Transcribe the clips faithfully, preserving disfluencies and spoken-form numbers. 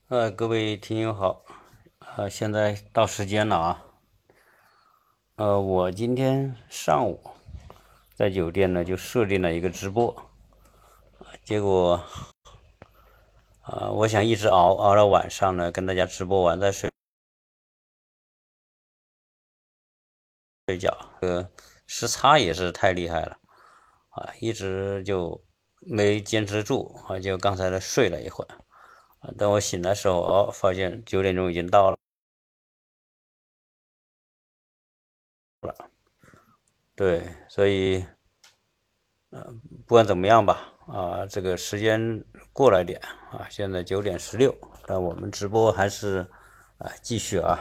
呃，各位听友好，呃，现在到时间了啊。呃，我今天上午在酒店呢就设定了一个直播，结果啊、呃我想一直熬熬到晚上呢，跟大家直播完再睡睡觉。呃，时差也是太厉害了啊，一直就没坚持住啊，就刚才呢睡了一会儿啊，等我醒来的时候，哦，发现九点钟已经到了。对，所以不管怎么样吧，啊，这个时间过了点啊，现在九点十六，但我们直播还是啊继续啊。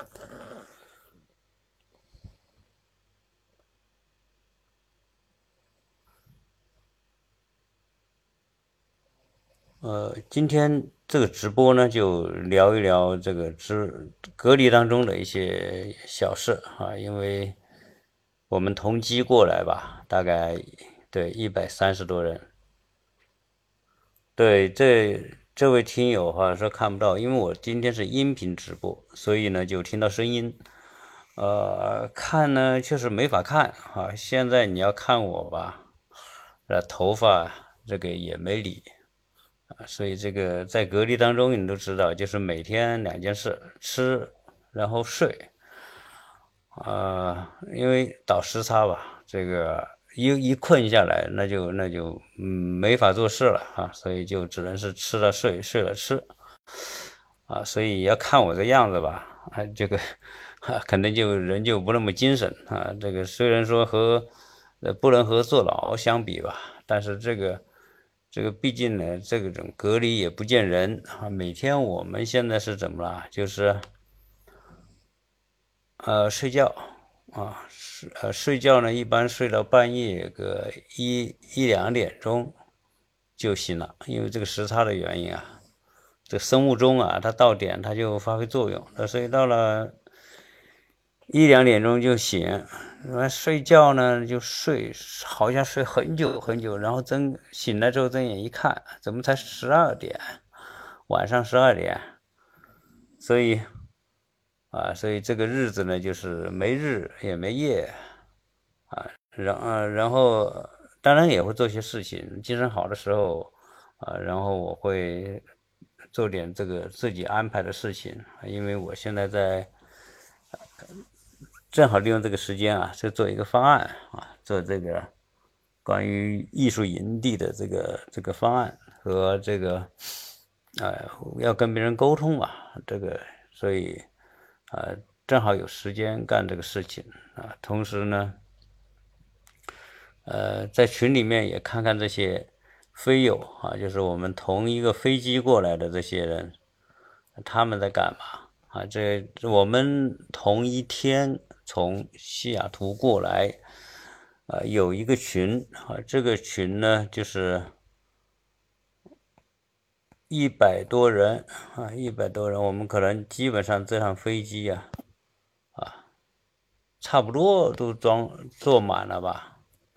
呃，今天这个直播呢，就聊一聊这个之隔离当中的一些小事啊，因为我们同机过来吧，大概对一百三十多人。对，这这位听友哈说看不到，因为我今天是音频直播，所以呢就听到声音。呃，看呢确实没法看啊。现在你要看我吧，呃，头发这个也没理啊，所以这个在隔离当中，你都知道，就是每天两件事：吃，然后睡。啊、因为倒时差吧，这个一一困下来，那就那就嗯没法做事了啊，所以就只能是吃了睡，睡了吃啊，所以要看我这样子吧，啊，这个啊可能就人就不那么精神啊。这个虽然说和呃不能和坐牢相比吧，但是这个这个毕竟呢，这种隔离也不见人啊。每天我们现在是怎么了？就是呃，睡觉啊，睡呃睡觉呢，一般睡到半夜个一一两点钟就行了，因为这个时差的原因啊，这生物钟啊，它到点它就发挥作用，所以到了一两点钟就醒，完睡觉呢就睡，好像睡很久很久，然后睁醒来之后睁眼一看，怎么才十二点，晚上十二点，所以啊，所以这个日子呢，就是没日也没夜，然呃，然后当然也会做些事情，精神好的时候，啊，然后我会做点这个自己安排的事情，因为我现在在正好利用这个时间啊，就做一个方案啊，做这个关于艺术营地的这个这个方案和这个呃要跟别人沟通嘛，这个所以呃正好有时间干这个事情啊，同时呢。呃，在群里面也看看这些飞友啊，就是我们同一个飞机过来的这些人，他们在干嘛啊？这我们同一天从西雅图过来，啊，有一个群啊，这个群呢就是一百多人啊，一百多人，我们可能基本上这趟飞机呀、差不多都装坐满了吧。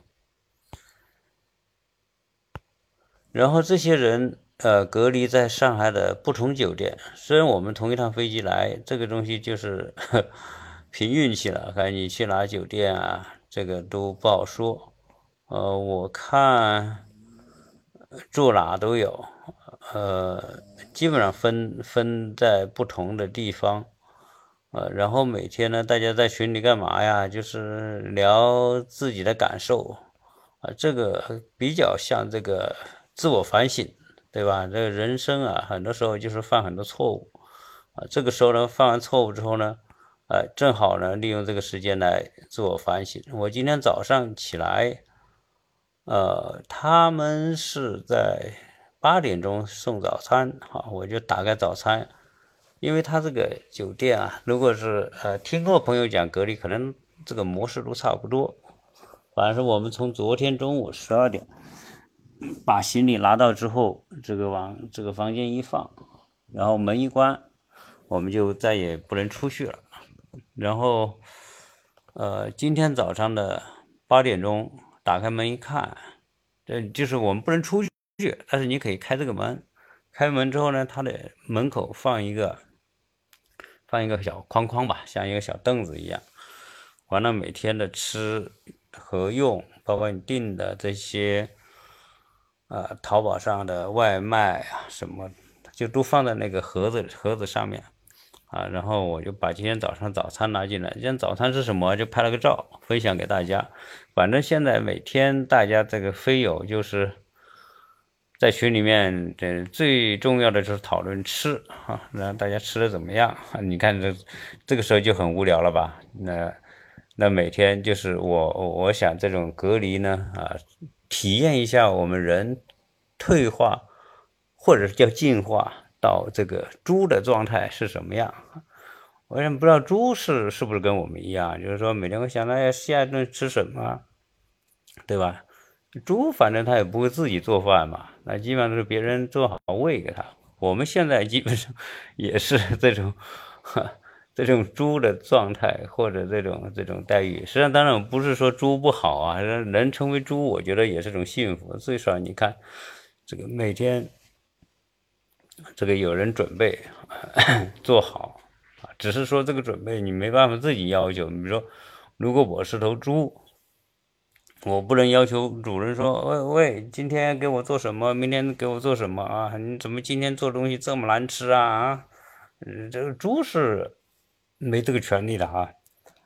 然后这些人呃隔离在上海的不同酒店，虽然我们同一趟飞机来，这个东西就是呵凭运气了，看你去哪酒店啊，这个都不好说。呃，我看住哪都有，呃，基本上分分在不同的地方。呃，然后每天呢，大家在群里干嘛呀？就是聊自己的感受，啊，这个比较像这个自我反省，对吧？这个人生啊，很多时候就是犯很多错误，啊，这个时候呢，犯完错误之后呢，呃，正好呢，利用这个时间来自我反省。我今天早上起来，呃，他们是在八点钟送早餐，啊，我就打开早餐，因为他这个酒店啊，如果是呃听过朋友讲隔离，可能这个模式都差不多。反正是我们从昨天中午十二点把行李拿到之后，这个往这个房间一放，然后门一关，我们就再也不能出去了。然后，呃，今天早上的八点钟打开门一看，这就是我们不能出去，但是你可以开这个门， 开门之后呢，他的门口放一个放一个小框框吧，像一个小凳子一样。完了，每天的吃和用，包括你订的这些呃淘宝上的外卖啊什么，就都放在那个盒子盒子上面啊。然后我就把今天早上早餐拿进来，今天早餐是什么，就拍了个照分享给大家。反正现在每天大家这个飞友就是在群里面，这最重要的就是讨论吃啊，让大家吃的怎么样？你看这这个时候就很无聊了吧？那那每天就是我我想这种隔离呢啊，体验一下我们人退化或者是叫进化到这个猪的状态是什么样。我也不知道猪是是不是跟我们一样，就是说每天会想到要下一顿吃什么，对吧？猪反正它也不会自己做饭嘛，那基本上都是别人做好喂给它。我们现在基本上也是这种，这种猪的状态或者这种这种待遇。实际上，当然不是说猪不好啊，人成为猪，我觉得也是种幸福。最少你看，这个每天这个有人准备做好啊，只是说这个准备你没办法自己要求。比如说，如果我是头猪。我不能要求主人说，喂喂，今天给我做什么，明天给我做什么啊？你怎么今天做东西这么难吃啊？啊，嗯，这个猪是没这个权利的哈。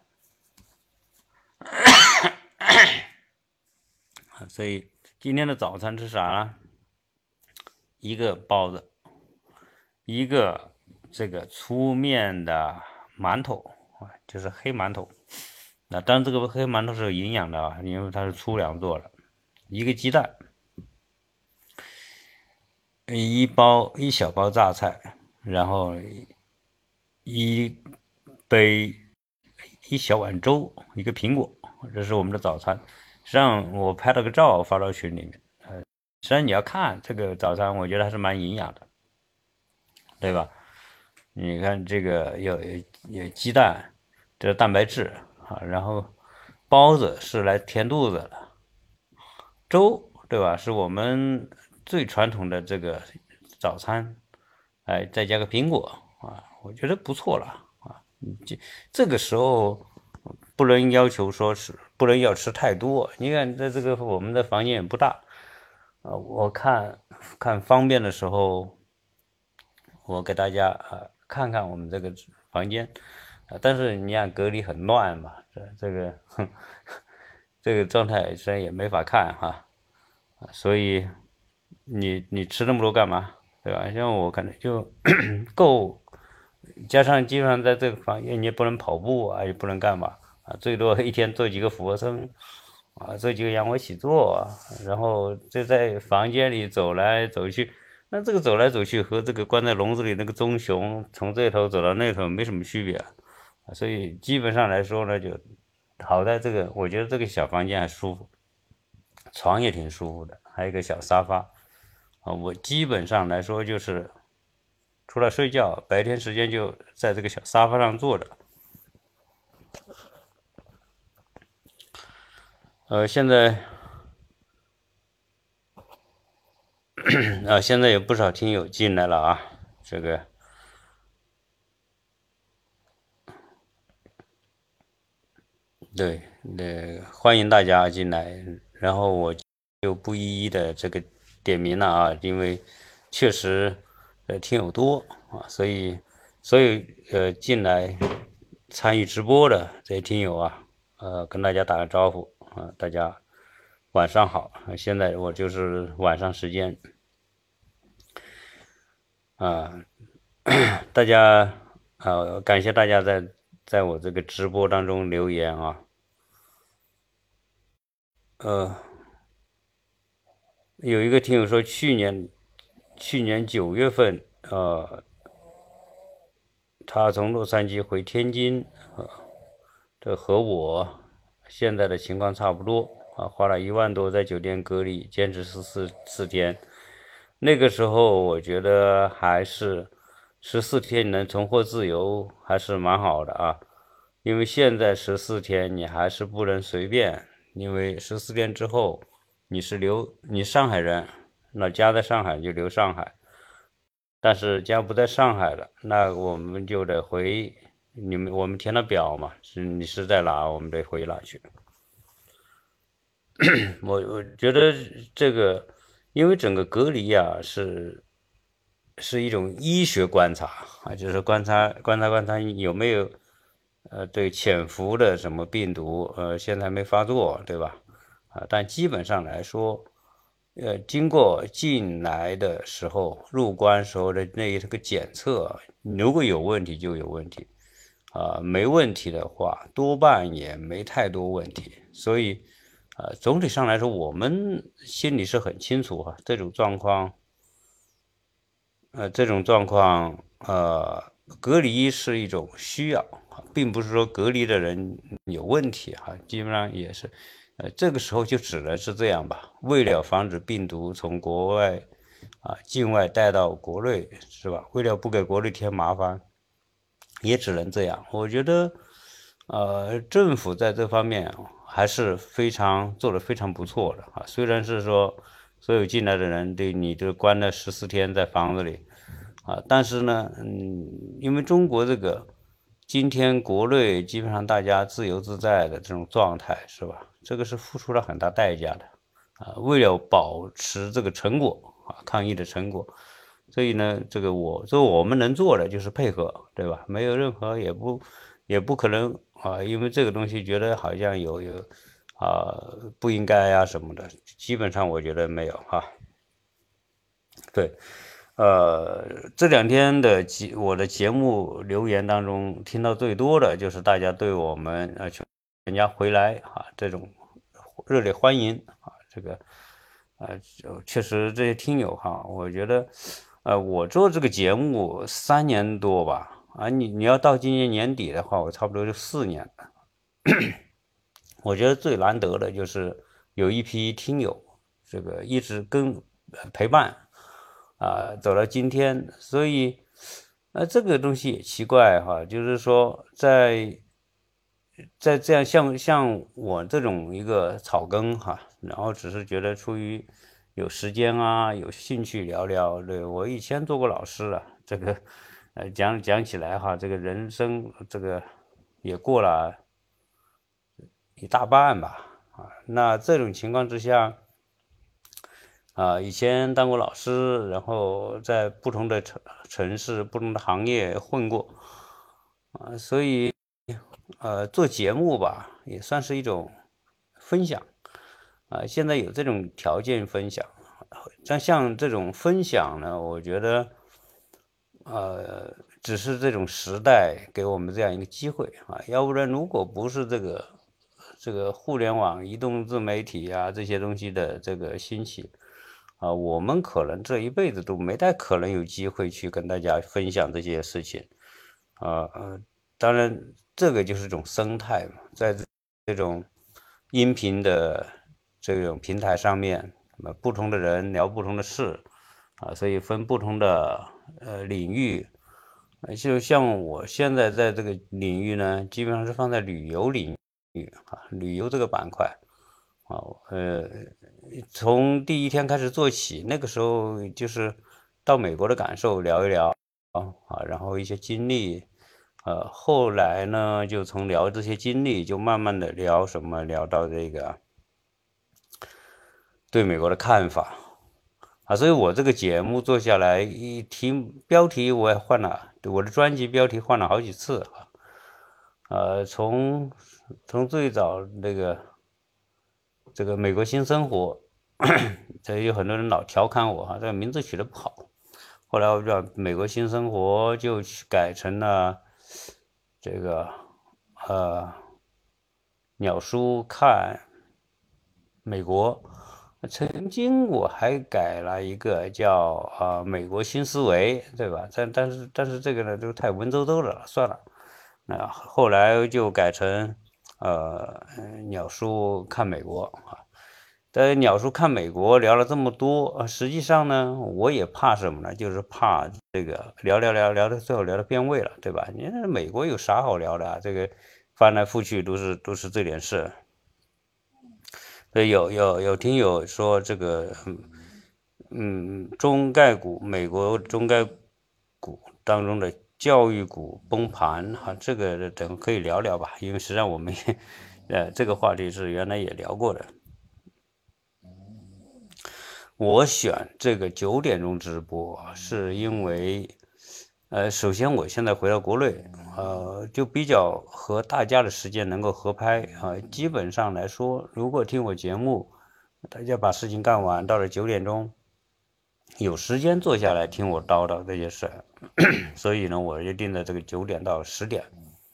所以今天的早餐吃啥呢？一个包子，一个这个粗面的馒头啊，就是黑馒头。那当然这个黑馒头是有营养的啊，因为它是粗粮做的。一个鸡蛋。一包一小包榨菜，然后一杯一小碗粥，一个苹果，这是我们的早餐。实际上我拍了个照发到群里面，呃，实际上你要看这个早餐，我觉得还是蛮营养的，对吧？你看这个有有鸡蛋，这是蛋白质啊，然后包子是来填肚子的，粥对吧？是我们最传统的这个早餐，哎，再加个苹果啊，我觉得不错了啊。这这个时候不能要求说是不能要吃太多。你看，在这个我们的房间也不大啊，我看看方便的时候，我给大家啊看看我们这个房间啊，但是你看隔离很乱嘛，这这个哼这个状态实际上也没法看哈。所以你你吃那么多干嘛，对吧？像我可能就够，加上基本上在这个房间你也不能跑步啊，也不能干嘛啊，最多一天做几个俯卧撑啊，做几个仰卧起坐啊，然后就在房间里走来走去。那这个走来走去和这个关在笼子里那个棕熊从这头走到那头没什么区别啊，所以基本上来说呢，就好在这个，我觉得这个小房间还舒服。床也挺舒服的，还有一个小沙发啊。我基本上来说就是除了睡觉，白天时间就在这个小沙发上坐着。呃，现在啊，现在有不少听友进来了啊，这个对，那欢迎大家进来，然后我就不一一的这个点名了啊，因为确实呃听友多啊，所以所以呃进来参与直播的这些听友啊，呃跟大家打个招呼啊，大家晚上好，现在我就是晚上时间啊，大家啊感谢大家在在我这个直播当中留言啊。呃，有一个听友说，去年去年九月份，呃，他从洛杉矶回天津，呃，这和我现在的情况差不多啊，花了一万多在酒店隔离，坚持十四四天。那个时候我觉得还是十四天能重获自由，还是蛮好的啊。因为现在十四天你还是不能随便，因为十四天之后你是留你上海人，那家在上海就留上海， 但是既然不在上海了，那我们就得回你们，我们填了表嘛，是你是在哪，我们得回哪去。我我觉得这个，因为整个隔离呀、是是一种医学观察啊，就是观察观察观察有没有呃对潜伏的什么病毒，呃现在没发作，对吧？啊，但基本上来说，呃，经过进来的时候入关时候的那一个检测，如果有问题就有问题，啊、没问题的话，多半也没太多问题。所以，呃，总体上来说，我们心里是很清楚哈、这种状况，呃，这种状况，呃，隔离是一种需要，并不是说隔离的人有问题哈、基本上也是，呃，这个时候就只能是这样吧，为了防止病毒从国外啊、境外带到国内，是吧？为了不给国内添麻烦，也只能这样。我觉得，呃，政府在这方面还是非常做得非常不错的啊。虽然是说所有进来的人对你就关了十四天在房子里啊，但是呢，嗯，因为中国这个今天国内基本上大家自由自在的这种状态，是吧？这个是付出了很大代价的啊。为了保持这个成果啊，抗疫的成果。所以呢，这个我做我们能做的就是配合，对吧？没有任何也不也不可能啊，因为这个东西觉得好像有有啊不应该啊什么的，基本上我觉得没有哈、对，呃，这两天的节我的节目留言当中听到最多的就是大家对我们呃全全家回来啊这种热烈欢迎啊，这个呃确实这些听友哈，我觉得呃我做这个节目三年多吧啊，你你要到今年年底的话，我差不多就四年了。我觉得最难得的就是有一批听友这个一直跟呃陪伴啊，走到今天，所以，呃，这个东西也奇怪哈，就是说在在这样像像我这种一个草根哈，然后只是觉得出于有时间啊，有兴趣聊聊。对，我以前做过老师啊，这个呃讲讲起来哈，这个人生这个也过了一大半吧，啊，那这种情况之下。啊，以前当过老师，然后在不同的城城市、不同的行业混过，啊，所以呃，做节目吧，也算是一种分享啊。现在有这种条件分享，像像这种分享呢，我觉得呃，只是这种时代给我们这样一个机会啊，要不然如果不是这个这个互联网、移动自媒体啊这些东西的这个兴起。啊，我们可能这一辈子都没太可能有机会去跟大家分享这些事情，啊呃，当然这个就是一种生态嘛，在这种音频的这种平台上面，那么不同的人聊不同的事，啊，所以分不同的呃领域，呃就像我现在在这个领域呢，基本上是放在旅游领域啊，旅游这个板块。啊，呃，从第一天开始做起，那个时候就是到美国的感受聊一聊啊，然后一些经历，呃，后来呢，就从聊这些经历，就慢慢的聊什么，聊到这个对美国的看法啊，所以我这个节目做下来，一题标题我也换了，我的专辑标题换了好几次啊，呃，从从最早那个这个美国新生活。这有很多人老调侃我哈，这个名字取得不好。后来我就把美国新生活就改成了这个呃鸟叔看美国。曾经我还改了一个叫啊、呃美国新思维，对吧？但但是但是这个呢就太文绉绉了，算了。那后来就改成呃鸟叔看美国啊。在鸟叔看美国聊了这么多，呃实际上呢，我也怕什么呢？就是怕这个聊聊聊聊到最后聊到变味了，对吧？你看美国有啥好聊的啊？这个翻来覆去都是都是这点事。所以有有有听友说这个，嗯嗯，中概股，美国中概股当中的教育股崩盘哈，这个等可以聊聊吧，因为实际上我们也呃这个话题是原来也聊过的。我选这个九点钟直播，是因为，呃，首先我现在回到国内，呃，就比较和大家的时间能够合拍啊、呃。基本上来说，如果听我节目，大家把事情干完，到了九点钟，有时间坐下来听我叨叨这些事，所以呢，我就定在这个九点到十点。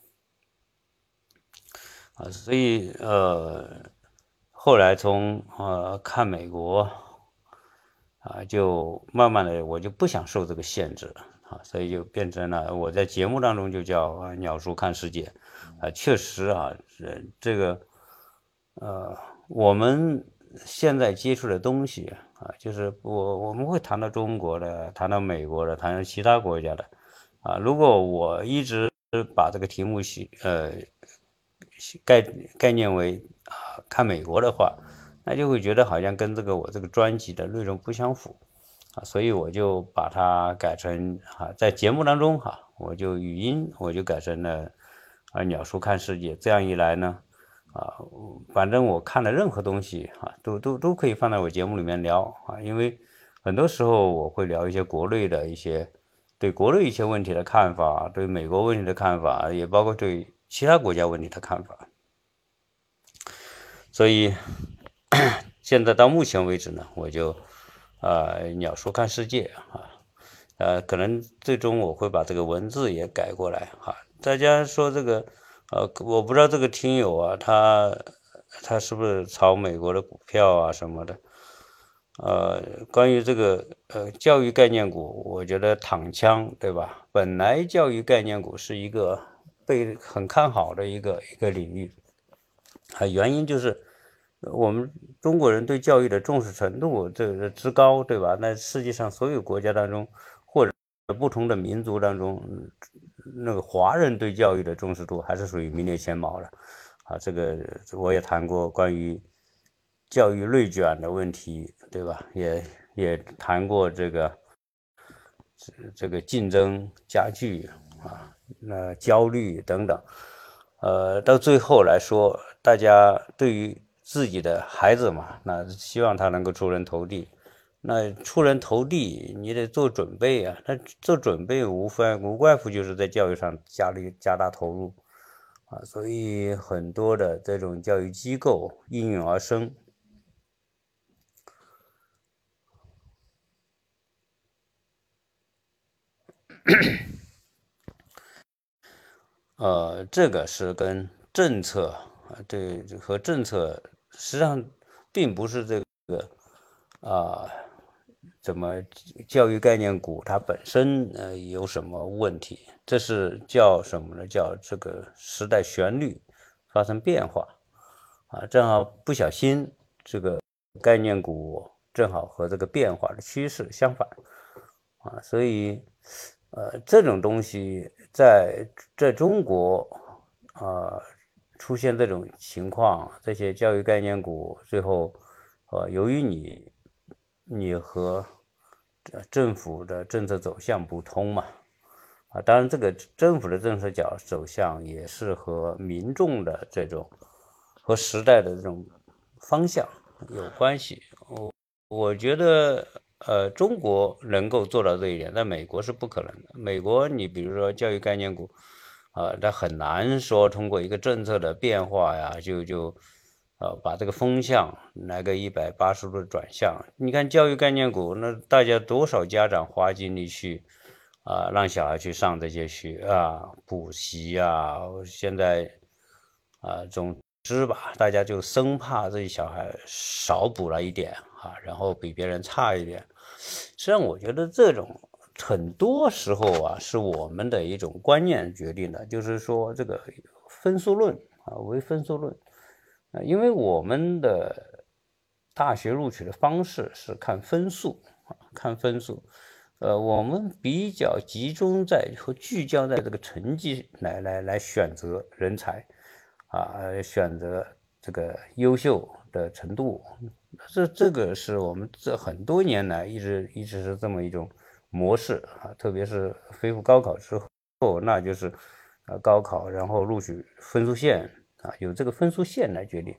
啊，所以呃，后来从呃看美国。啊，就慢慢的我就不想受这个限制啊，所以就变成了我在节目当中就叫啊鸟叔看世界，啊，确实啊，这这个呃我们现在接触的东西啊，就是我我们会谈到中国的，谈到美国的，谈到其他国家的，啊，如果我一直把这个题目写呃概概念为啊看美国的话。那就会觉得好像跟这个我这个专辑的内容不相符啊，所以我就把它改成啊，在节目当中哈，我就语音我就改成了啊鸟叔看世界，这样一来呢，啊，反正我看的任何东西啊，都都都可以放在我节目里面聊啊，因为很多时候我会聊一些国内的一些对国内一些问题的看法，对美国问题的看法，也包括对其他国家问题的看法，所以。现在到目前为止呢，我就呃鸟叔看世界啊，呃可能最终我会把这个文字也改过来哈。大家说这个呃我不知道这个听友啊，他他是不是炒美国的股票啊什么的？呃，关于这个呃教育概念股，我觉得躺枪对吧？本来教育概念股是一个被很看好的一个一个领域，啊，原因就是。我们中国人对教育的重视程度这个之高，对吧？那世界上所有国家当中，或者不同的民族当中，那个华人对教育的重视度还是属于名列前茅的。啊，这个我也谈过关于教育内卷的问题，对吧？也也谈过这个这个竞争加剧啊，那焦虑等等。呃，到最后来说，大家对于自己的孩子嘛，那希望他能够出人头地。那出人头地，你得做准备啊。那做准备无非无外乎就是在教育上加力加大投入啊。所以很多的这种教育机构应运而生。呃，这个是跟政策啊，对，和政策实际上并不是这个啊。怎么教育概念股它本身呃有什么问题？这是叫什么呢？叫这个时代旋律发生变化啊，正好不小心这个概念股正好和这个变化的趋势相反啊，所以呃这种东西在在中国啊出现这种情况，这些教育概念股最后呃由于你你和政府的政策走向不通嘛，啊，当然这个政府的政策角走向也是和民众的这种和时代的这种方向有关系。我我觉得，呃，中国能够做到这一点，在美国是不可能的。美国，你比如说教育概念股，啊、呃，它很难说通过一个政策的变化呀，就就。呃，把这个风向来个一百八十度的转向。你看教育概念股，那大家多少家长花精力去啊、呃，让小孩去上这些学啊，补习啊，现在啊，总之吧，大家就生怕这些小孩少补了一点啊，然后比别人差一点。实际上，我觉得这种很多时候啊，是我们的一种观念决定的，就是说这个分数论啊，唯分数论。啊，因为我们的大学录取的方式是看分数啊，看分数，呃，我们比较集中在和聚焦在这个成绩来来来选择人才啊，选择这个优秀的程度，这这个是我们这很多年来一直一直是这么一种模式啊，特别是恢复高考之后，那就是啊高考，然后录取分数线啊，有这个分数线来决定。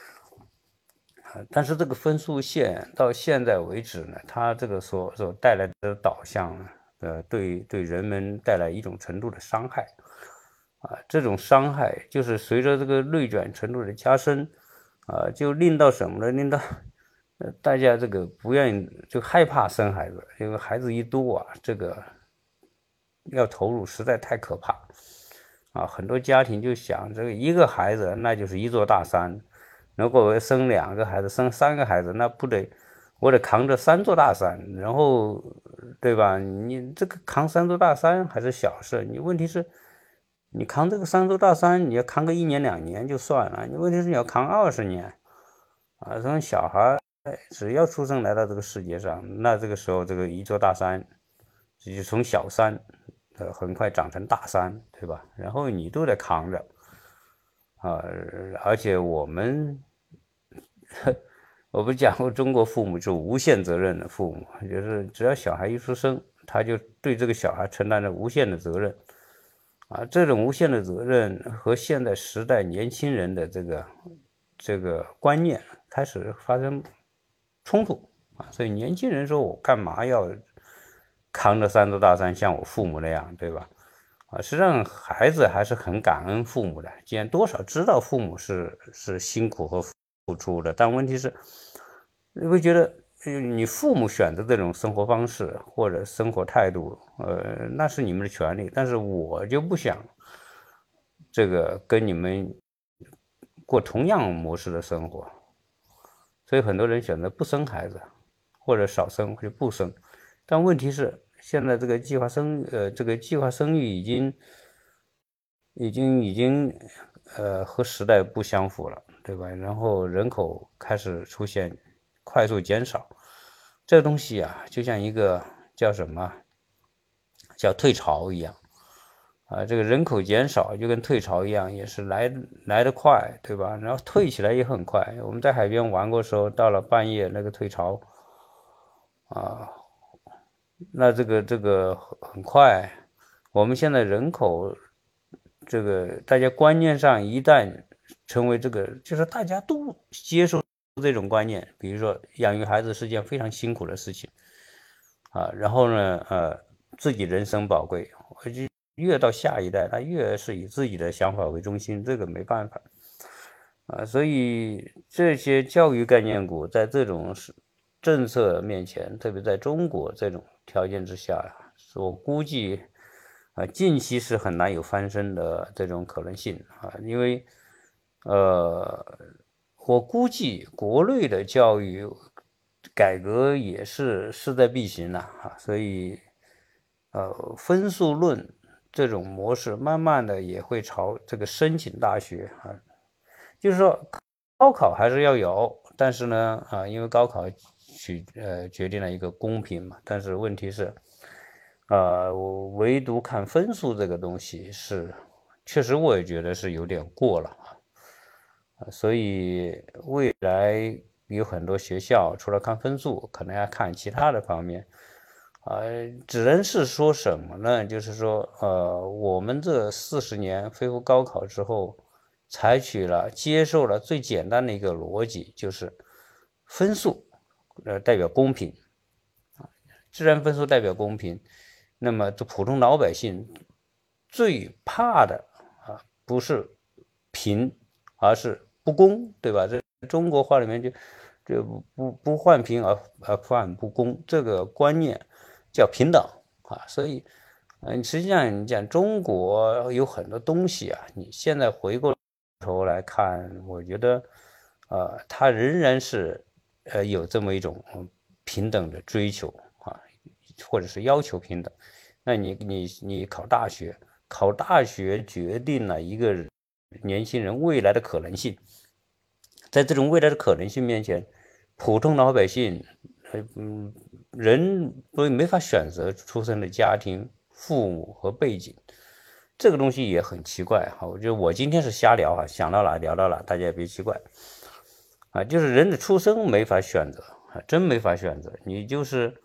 但是这个分数线到现在为止呢，它这个所所带来的导向，呃，对对人们带来一种程度的伤害，啊，这种伤害就是随着这个内卷程度的加深，啊，就令到什么呢？令到呃大家这个不愿意，就害怕生孩子，因为孩子一多啊，这个要投入实在太可怕，啊，很多家庭就想这个一个孩子那就是一座大山。如果我生两个孩子，生三个孩子，那不得我得扛着三座大山，然后，对吧？你这个扛三座大山还是小事，你问题是，你扛这个三座大山，你要扛个一年两年就算了，你问题是你要扛二十年，啊，这种小孩只要出生来到这个世界上，那这个时候这个一座大山，就从小山，呃，很快长成大山，对吧？然后你都得扛着。啊，而且我们，我不讲过，中国父母是无限责任的父母，就是只要小孩一出生，他就对这个小孩承担着无限的责任，啊，这种无限的责任和现在时代年轻人的这个这个观念开始发生冲突啊，所以年轻人说我干嘛要扛着三座大山像我父母那样，对吧？啊，实际上孩子还是很感恩父母的，既然多少知道父母是是辛苦和付出的，但问题是，你会觉得你父母选择这种生活方式或者生活态度，呃，那是你们的权利，但是我就不想这个跟你们过同样模式的生活，所以很多人选择不生孩子，或者少生或者不生，但问题是。现在这个计划生，呃，这个计划生育已经，已经，已经，呃，和时代不相符了，对吧？然后人口开始出现快速减少，这个东西啊，就像一个叫什么，叫退潮一样，啊，这个人口减少就跟退潮一样，也是来来得快，对吧？然后退起来也很快。我们在海边玩过的时候，到了半夜那个退潮，啊。那这个这个很快，我们现在人口，这个大家观念上一旦成为这个，就是大家都接受这种观念，比如说养育孩子是件非常辛苦的事情，啊，然后呢，呃，自己人生宝贵，我就越到下一代，他越是以自己的想法为中心，这个没办法，啊，所以这些教育概念股在这种政策面前，特别在中国这种条件之下，我估计啊，近期是很难有翻身的这种可能性啊，因为呃，我估计国内的教育改革也是势在必行了啊，所以呃，分数论这种模式，慢慢的也会朝这个申请大学啊，就是说高考还是要有，但是呢，啊，因为高考取呃决定了一个公平嘛，但是问题是，呃，我唯独看分数这个东西是，确实我也觉得是有点过了啊，所以未来有很多学校除了看分数，可能要看其他的方面。啊，只能是说什么呢？就是说，呃，我们这四十年恢复高考之后，采取了接受了最简单的一个逻辑，就是分数，呃，代表公平，自然分数代表公平。那么，这普通老百姓最怕的啊，不是平，而是不公，对吧？这中国话里面就这不不不患贫而而患不公这个观念叫平等啊，所以，嗯，实际上你讲中国有很多东西啊，你现在回过头来看，我觉得，呃，它仍然是呃有这么一种平等的追求啊，或者是要求平等。那你你你考大学，考大学决定了一个年轻人未来的可能性，在这种未来的可能性面前，普通老百姓，呃嗯，人不没法选择出生的家庭、父母和背景，这个东西也很奇怪哈。我觉得我今天是瞎聊啊，想到哪聊到哪，大家也别奇怪啊。就是人的出生没法选择啊，真没法选择，你就是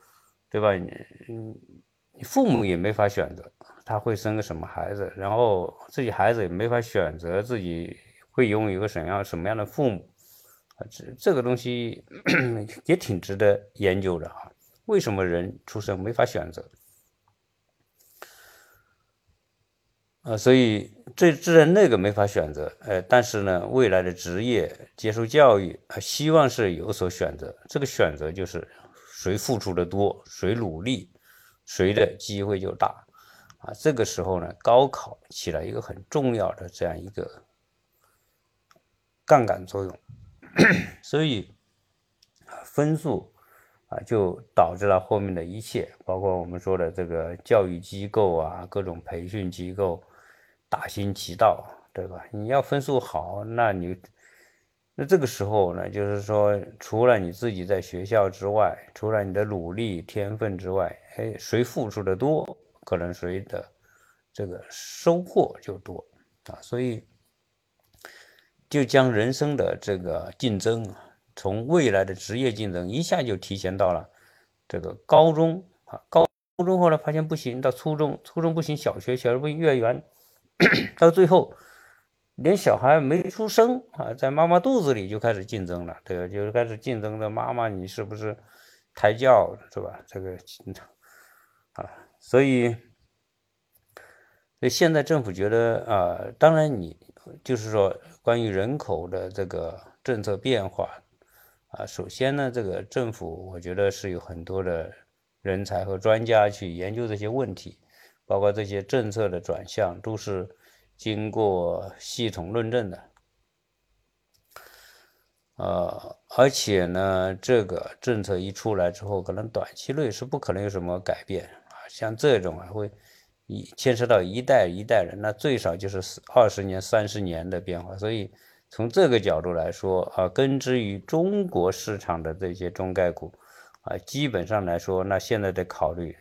对吧？你你父母也没法选择他会生个什么孩子，然后自己孩子也没法选择自己会拥有一个什么样什么样的父母啊，这这个东西也挺值得研究的啊。为什么人出生没法选择？呃，所以这自然那个没法选择，呃，但是呢，未来的职业接受教育，呃，希望是有所选择。这个选择就是谁付出的多，谁努力，谁的机会就大。啊，这个时候呢，高考起了一个很重要的这样一个杠杆作用，所以分数啊就导致了后面的一切，包括我们说的这个教育机构啊，各种培训机构大行其道，对吧？你要分数好，那你那这个时候呢，就是说，除了你自己在学校之外，除了你的努力、天分之外，哎，谁付出的多，可能谁的这个收获就多啊，所以就将人生的这个竞争啊，从未来的职业竞争一下就提前到了这个高中啊，高中后来发现不行，到初中，初中不行，小学，小学不行，幼儿园，到最后连小孩没出生啊，在妈妈肚子里就开始竞争了，对吧？就开始竞争的妈妈，你是不是胎教是吧？这个啊，所以。所以现在政府觉得啊、呃当然你就是说关于人口的这个政策变化啊，首先呢，这个政府我觉得是有很多的人才和专家去研究这些问题，包括这些政策的转向都是经过系统论证的。呃，而且呢，这个政策一出来之后，可能短期内是不可能有什么改变啊。像这种啊，会一牵涉到一代一代人，那最少就是二十年、三十年的变化。所以从这个角度来说啊，根植于中国市场的这些中概股啊，基本上来说，那现在得考虑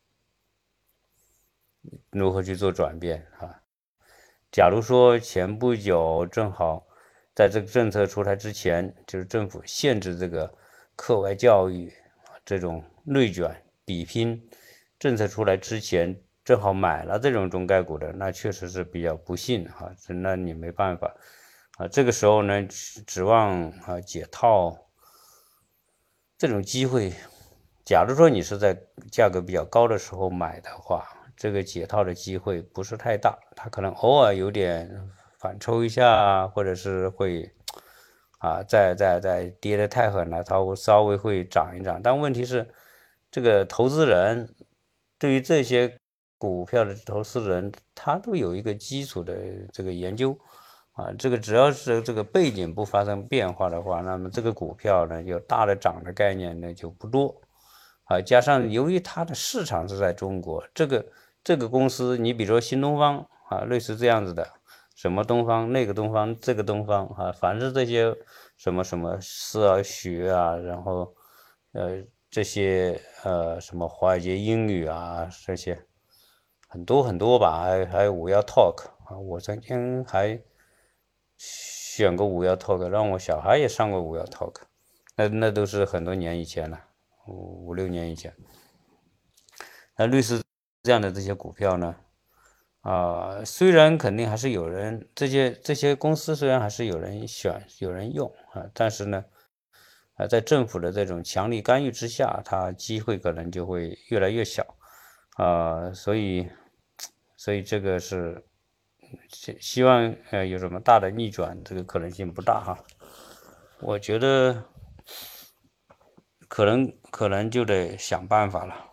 如何去做转变啊。假如说前不久正好在这个政策出台之前，就是政府限制这个课外教育这种内卷比拼政策出来之前，正好买了这种中概股的，那确实是比较不幸哈，那你没办法啊。这个时候呢，指望啊解套这种机会，假如说你是在价格比较高的时候买的话，这个解套的机会不是太大，它可能偶尔有点反抽一下，或者是会啊，再再再跌得太狠了，它会稍微会涨一涨。但问题是，这个投资人对于这些股票的投资人，他都有一个基础的这个研究。啊，这个只要是这个背景不发生变化的话，那么这个股票呢，有大的涨的概念呢就不多。啊，加上由于它的市场是在中国，这个这个公司，你比如说新东方啊，类似这样子的，什么东方那个东方这个东方啊，凡是这些什么什么思而学啊，然后呃这些呃什么华尔街英语啊这些很多很多吧，还还有五幺 Talk 啊，我曾经还选过五幺 Talk，让我小孩也上过五幺 Talk，那那都是很多年以前了，五五六年以前。那类似这样的这些股票呢，啊、虽然肯定还是有人这些这些公司虽然还是有人选有人用啊，但是呢，啊、在政府的这种强力干预之下，它机会可能就会越来越小啊、所以所以这个是希希望呃有什么大的逆转，这个可能性不大哈。我觉得可能可能就得想办法了。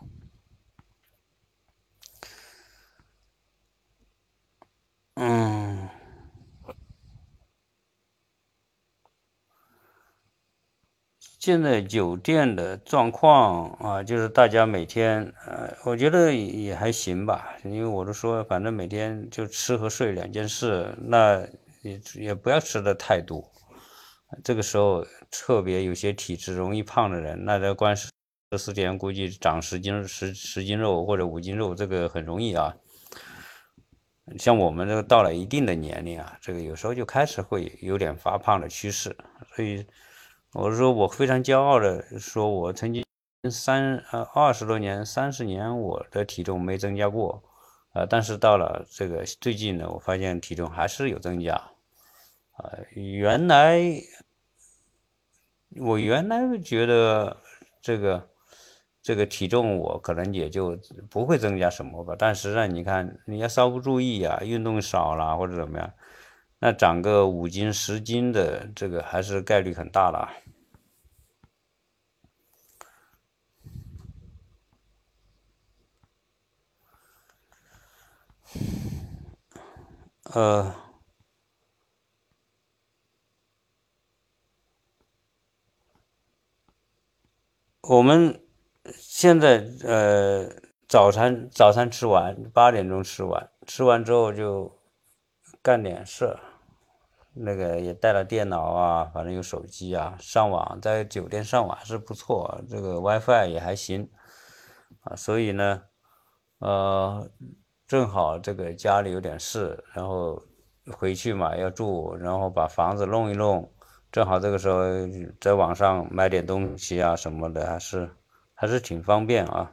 嗯，现在酒店的状况啊，就是大家每天呃，我觉得也还行吧，因为我都说反正每天就吃和睡两件事，那也也不要吃的太多。这个时候特别有些体质容易胖的人，那在光十四天估计长十斤十十斤肉或者五斤肉，这个很容易啊。像我们这个到了一定的年龄啊，这个有时候就开始会有点发胖的趋势，所以我说我非常骄傲的说，我曾经三呃二十多年、三十年，我的体重没增加过，呃，但是到了这个最近呢，我发现体重还是有增加。呃，原来我原来觉得这个这个体重我可能也就不会增加什么吧，但实际上你看，你要稍不注意啊，运动少了或者怎么样，那长个五斤十斤的这个还是概率很大了啊。呃，我们现在呃早餐早餐吃完，八点钟吃完，吃完之后就干点事，那个也带了电脑啊，反正有手机啊，上网在酒店上网还是不错，这个 WiFi 也还行啊，所以呢，呃，正好这个家里有点事，然后回去嘛要住，然后把房子弄一弄，正好这个时候在网上买点东西啊什么的，还是还是挺方便啊。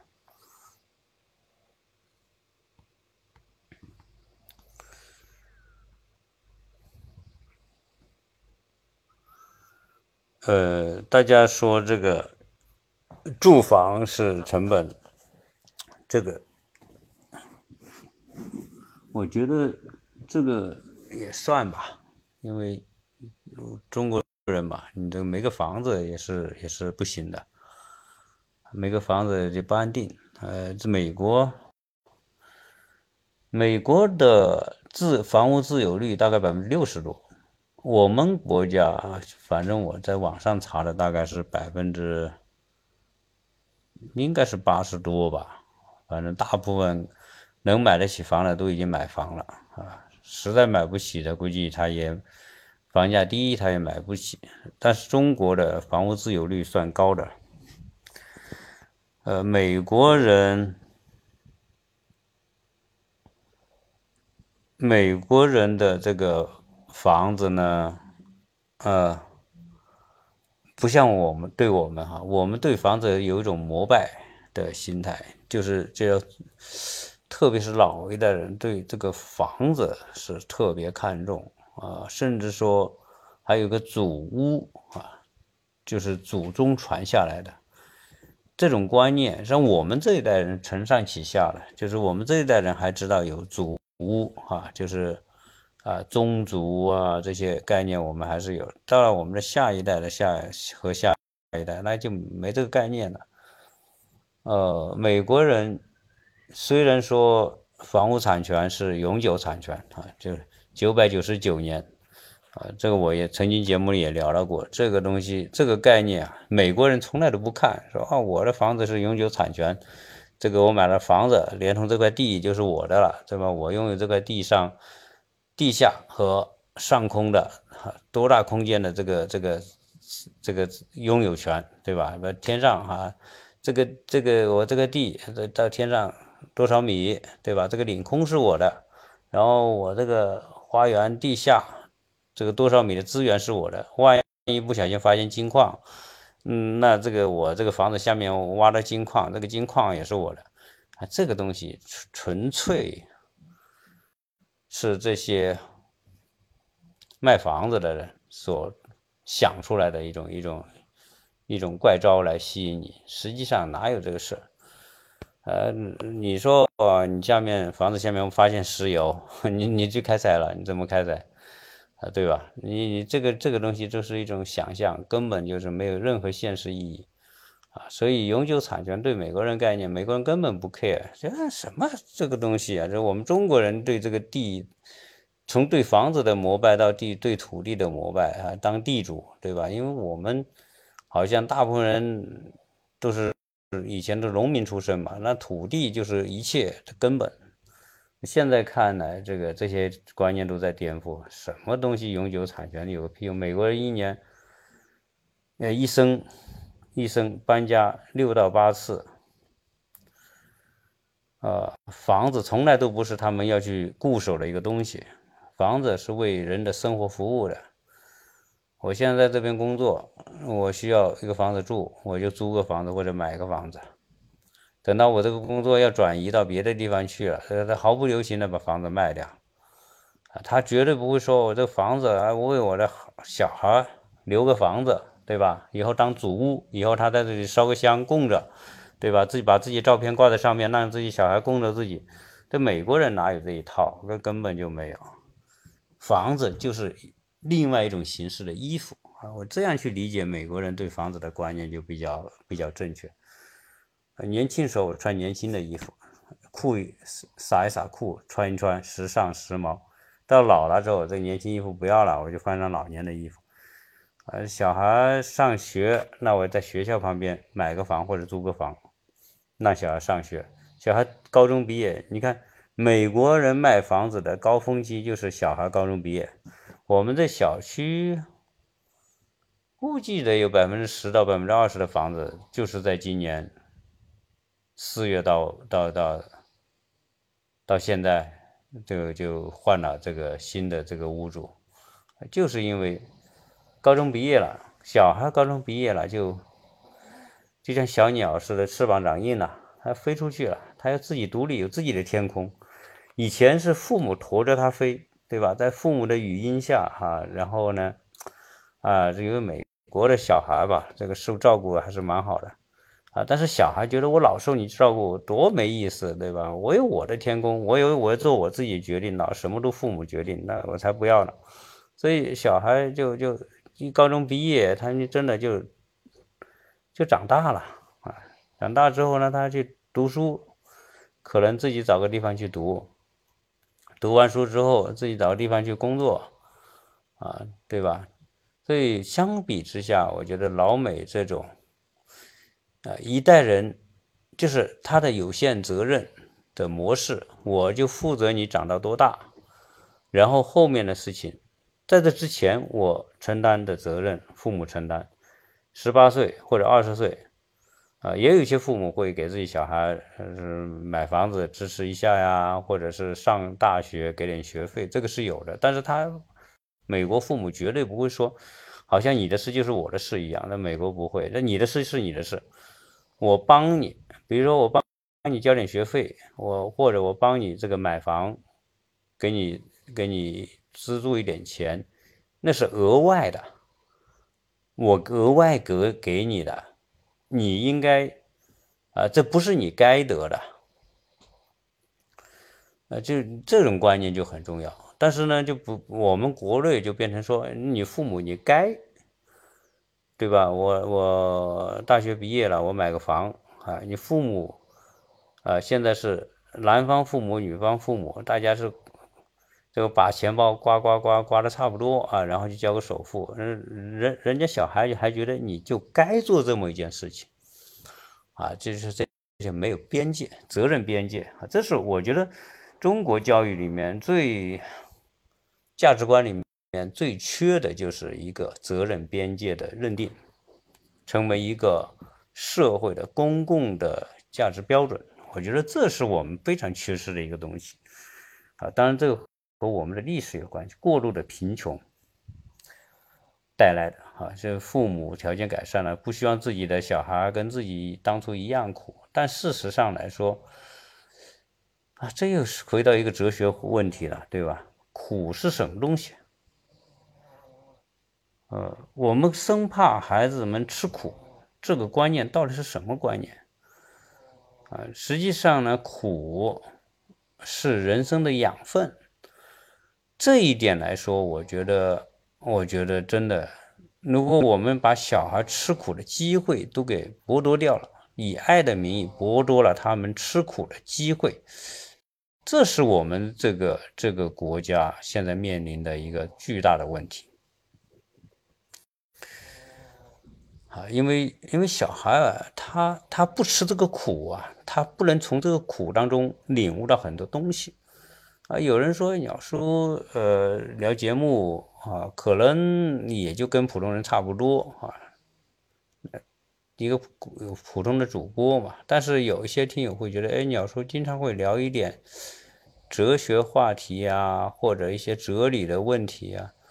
呃，大家说这个住房是成本，这个我觉得这个也算吧，因为中国人嘛，你这每个房子也是也是不行的，每个房子就不安定。呃，这美国美国的自房屋自有率大概百分之六十多，我们国家反正我在网上查的大概是百分之应该是八十多吧，反正大部分能买得起房的都已经买房了啊，实在买不起的估计他也房价低，他也买不起。但是中国的房屋自有率算高的，呃，美国人美国人的这个房子呢，呃，不像我们对我们哈，我们对房子有一种膜拜的心态，就是这，特别是老一代人对这个房子是特别看重啊，甚至说还有个祖屋啊，就是祖宗传下来的这种观念，让我们这一代人承上启下了，就是我们这一代人还知道有祖屋啊，就是啊宗族啊这些概念我们还是有，到了我们的下一代的下和下一代，那就没这个概念了。呃，美国人虽然说房屋产权是永久产权啊，就是九百九十九年啊，这个我也曾经节目里也聊到过，这个东西这个概念啊，美国人从来都不看，说啊我的房子是永久产权，这个我买了房子，连同这块地就是我的了，对吧？我拥有这块地上地下和上空的多大空间的这个这个这个拥有权，对吧？天上啊，这个这个我这个地到天上多少米，对吧？这个领空是我的，然后我这个花园地下这个多少米的资源是我的，万一不小心发现金矿，嗯，那这个我这个房子下面挖的金矿，这个金矿也是我的，啊，这个东西纯粹是这些卖房子的人所想出来的一种一种一种怪招来吸引你，实际上哪有这个事？呃，你说哦，你下面房子下面发现石油，你你去开采了，你怎么开采啊？对吧？你你这个这个东西就是一种想象，根本就是没有任何现实意义啊。所以永久产权对美国人概念，美国人根本不 care，这什么这个东西啊？这我们中国人对这个地，从对房子的膜拜到地对土地的膜拜啊，当地主，对吧？因为我们好像大部分人都是。以前的农民出身嘛，那土地就是一切的根本。现在看来，这个这些观念都在颠覆。什么东西永久产权有个屁用？美国人一年，呃，一生一生搬家六到八次，呃，房子从来都不是他们要去固守的一个东西，房子是为人的生活服务的。 我现在在这边工作，我需要一个房子住，我就租个房子或者买个房子。等到我这个工作要转移到别的地方去了，他毫不留情的把房子卖掉。他绝对不会说我这房子啊，我为我的小孩留个房子，对吧？以后当祖屋，以后他在这里烧个香供着，对吧？自己把自己照片挂在上面，让自己小孩供着自己。这美国人哪有这一套？那根本就没有。房子就是另外一种形式的衣服啊，我这样去理解美国人对房子的观念就比较比较正确。年轻时候穿年轻的衣服，裤撒一撒裤，穿一穿，时尚时髦。到老了之后，这年轻衣服不要了，我就换上老年的衣服。呃，小孩上学，那我在学校旁边买个房或者租个房，让小孩上学。小孩高中毕业，你看美国人卖房子的高峰期就是小孩高中毕业。我们这小区估计得有百分之十到百分之二十的房子，就是在今年四月到到到到现在，就就换了这个新的这个屋主，就是因为高中毕业了，小孩高中毕业了，就就像小鸟似的，翅膀长硬了，它飞出去了，它要自己独立，有自己的天空。以前是父母驮着它飞，对吧？在父母的语音下，哈、啊，然后呢，啊，这个美国的小孩吧，这个受照顾还是蛮好的。啊，但是小孩觉得我老受你照顾多没意思，对吧？我有我的天空，我有我做我自己决定了，什么都父母决定，那我才不要呢。所以小孩就就一高中毕业，他就真的就就长大了啊。长大之后呢，他去读书，可能自己找个地方去读，读完书之后自己找个地方去工作，啊，对吧？所以相比之下，我觉得老美这种。啊，一代人就是他的有限责任的模式，我就负责你长到多大，然后后面的事情，在这之前我承担的责任，父母承担。十八岁或者二十岁，啊，也有一些父母会给自己小孩呃买房子支持一下呀，或者是上大学给点学费，这个是有的。但是他美国父母绝对不会说，好像你的事就是我的事一样，那美国不会，那你的事是你的事。我帮你，比如说我帮你交点学费，我或者我帮你这个买房，给你给你资助一点钱，那是额外的，我额外给给你的，你应该啊、呃这不是你该得的，呃，就这种观念就很重要。但是呢，就不我们国内就变成说，你父母你该。对吧？我我大学毕业了，我买个房啊。你父母啊，现在是男方父母、女方父母，大家是这个把钱包刮刮刮刮的差不多啊，然后就交个首付。人人人家小孩还觉得你就该做这么一件事情啊，就是这些没有边界，责任边界啊，这是我觉得中国教育里面最价值观里面最缺的就是一个责任边界的认定。成为一个社会的公共的价值标准，我觉得这是我们非常缺失的一个东西啊。当然，这个和我们的历史有关系，过度的贫穷带来的啊，这父母条件改善了，不希望自己的小孩跟自己当初一样苦，但事实上来说啊，这又是回到一个哲学问题了，对吧？苦是什么东西？呃，我们生怕孩子们吃苦，这个观念到底是什么观念啊？实际上呢，苦是人生的养分。这一点来说，我觉得，我觉得真的，如果我们把小孩吃苦的机会都给剥夺掉了，以爱的名义剥夺了他们吃苦的机会，这是我们这个这个国家现在面临的一个巨大的问题。啊，因为因为小孩啊，他他不吃这个苦啊，他不能从这个苦当中领悟到很多东西啊。有人说鸟叔呃聊节目啊，可能也就跟普通人差不多啊，一个普普通的主播嘛。但是有一些听友会觉得，哎，鸟叔经常会聊一点哲学话题啊，或者一些哲理的问题啊。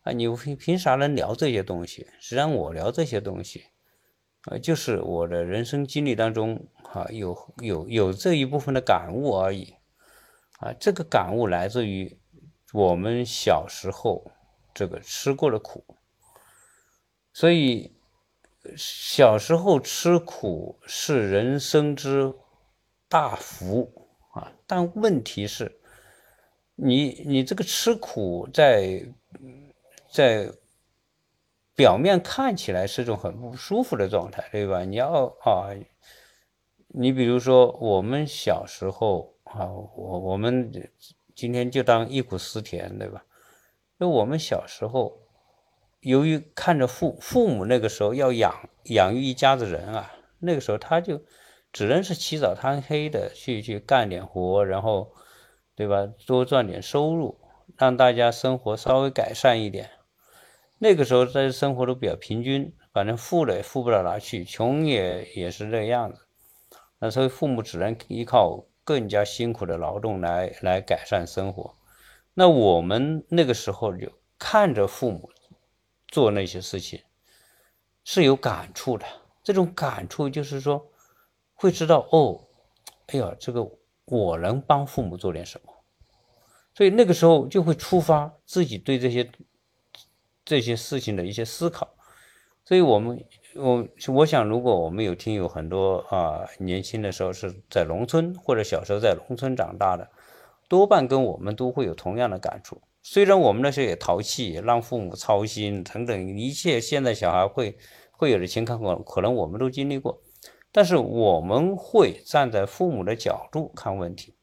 啊，你凭凭啥能聊这些东西？实际上我聊这些东西，啊，就是我的人生经历当中啊，有有有这一部分的感悟而已。啊，这个感悟来自于我们小时候这个吃过的苦，所以小时候吃苦是人生之大福啊。但问题是，你你这个吃苦在在表面看起来是一种很不舒服的状态，对吧？你要啊，你比如说我们小时候啊，我我们今天就当忆苦思甜，对吧？就我们小时候，由于看着父父母那个时候要养养育一家子人啊，那个时候他就只能是起早贪黑的去去干点活，然后对吧，多赚点收入，让大家生活稍微改善一点。那个时候在生活都比较平均，反正富的也富不到哪去，穷也也是这个样子。那所以父母只能依靠更加辛苦的劳动来来改善生活。那我们那个时候就看着父母做那些事情，是有感触的。这种感触就是说，会知道哦，哎呀，这个我能帮父母做点什么。所以那个时候就会触发自己对这些这些事情的一些思考。所以我们我我想，如果我们有听友很多啊、年轻的时候是在农村或者小时候在农村长大的，多半跟我们都会有同样的感触。虽然我们那时候也淘气，让父母操心等等一切，现在小孩会会有的情况，可能我们都经历过，但是我们会站在父母的角度看问题。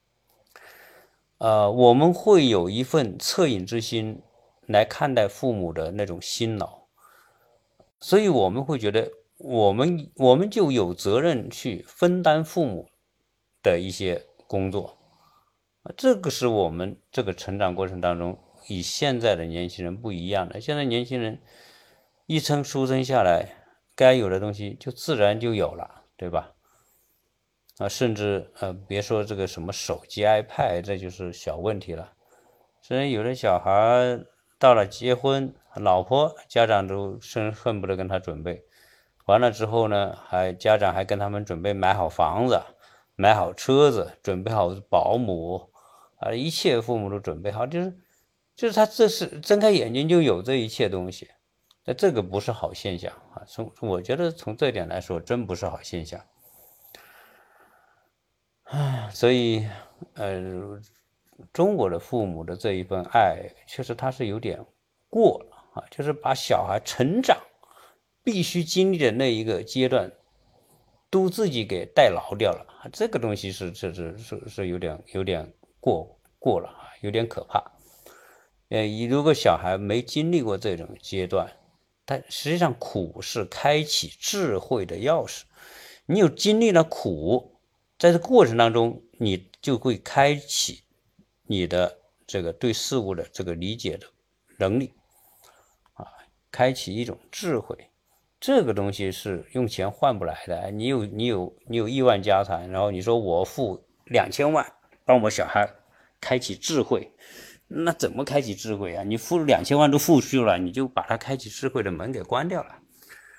呃，我们会有一份恻隐之心来看待父母的那种辛劳，所以我们会觉得我们我们就有责任去分担父母的一些工作。这个是我们这个成长过程当中与现在的年轻人不一样的。现在年轻人一生出生下来，该有的东西就自然就有了，对吧？啊，甚至呃，别说这个什么手机、iPad，这就是小问题了。虽然有的小孩到了结婚，老婆家长都生恨不得跟他准备，完了之后呢，还家长还跟他们准备买好房子、买好车子、准备好保姆啊，一切父母都准备好，就是就是他这是睁开眼睛就有这一切东西，那这个不是好现象啊。从我觉得从这点来说，真不是好现象。所以，呃，中国的父母的这一份爱，确实他是有点过了啊，就是把小孩成长必须经历的那一个阶段，都自己给代劳掉了。这个东西是是是是是有点有点过过了啊，有点可怕。呃，如果小孩没经历过这种阶段，但实际上苦是开启智慧的钥匙。你有经历了苦，在这过程当中，你就会开启你的这个对事物的这个理解的能力啊，开启一种智慧。这个东西是用钱换不来的。你有你有你有亿万家产，然后你说我付两千万帮我小孩开启智慧，那怎么开启智慧啊？你付两千万都付出去了，你就把他开启智慧的门给关掉了。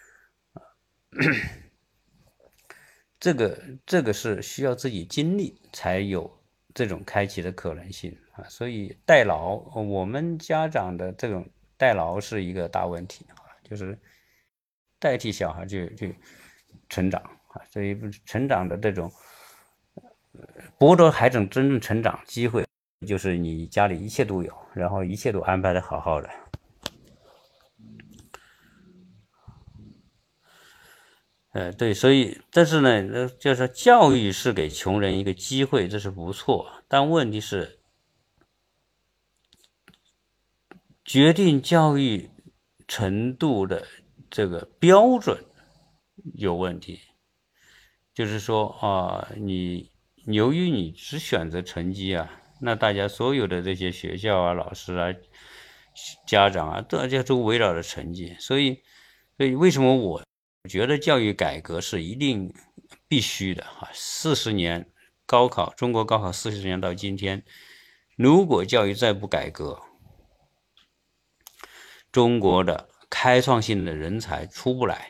这个这个是需要自己经历才有这种开启的可能性啊。所以代劳，我们家长的这种代劳是一个大问题啊，就是代替小孩去去成长啊，所以成长的这种剥夺孩子真正成长机会，就是你家里一切都有，然后一切都安排的好好的。呃，对，所以，但是呢，就是教育是给穷人一个机会，这是不错。但问题是，决定教育程度的这个标准有问题。就是说啊，你由于你只选择成绩啊，那大家所有的这些学校啊、老师啊、家长啊，大家都围绕着成绩，所以，所以为什么我觉得教育改革是一定必须的啊？四十年高考，中国高考四十年到今天，如果教育再不改革， 中国的开创性的人才出不来。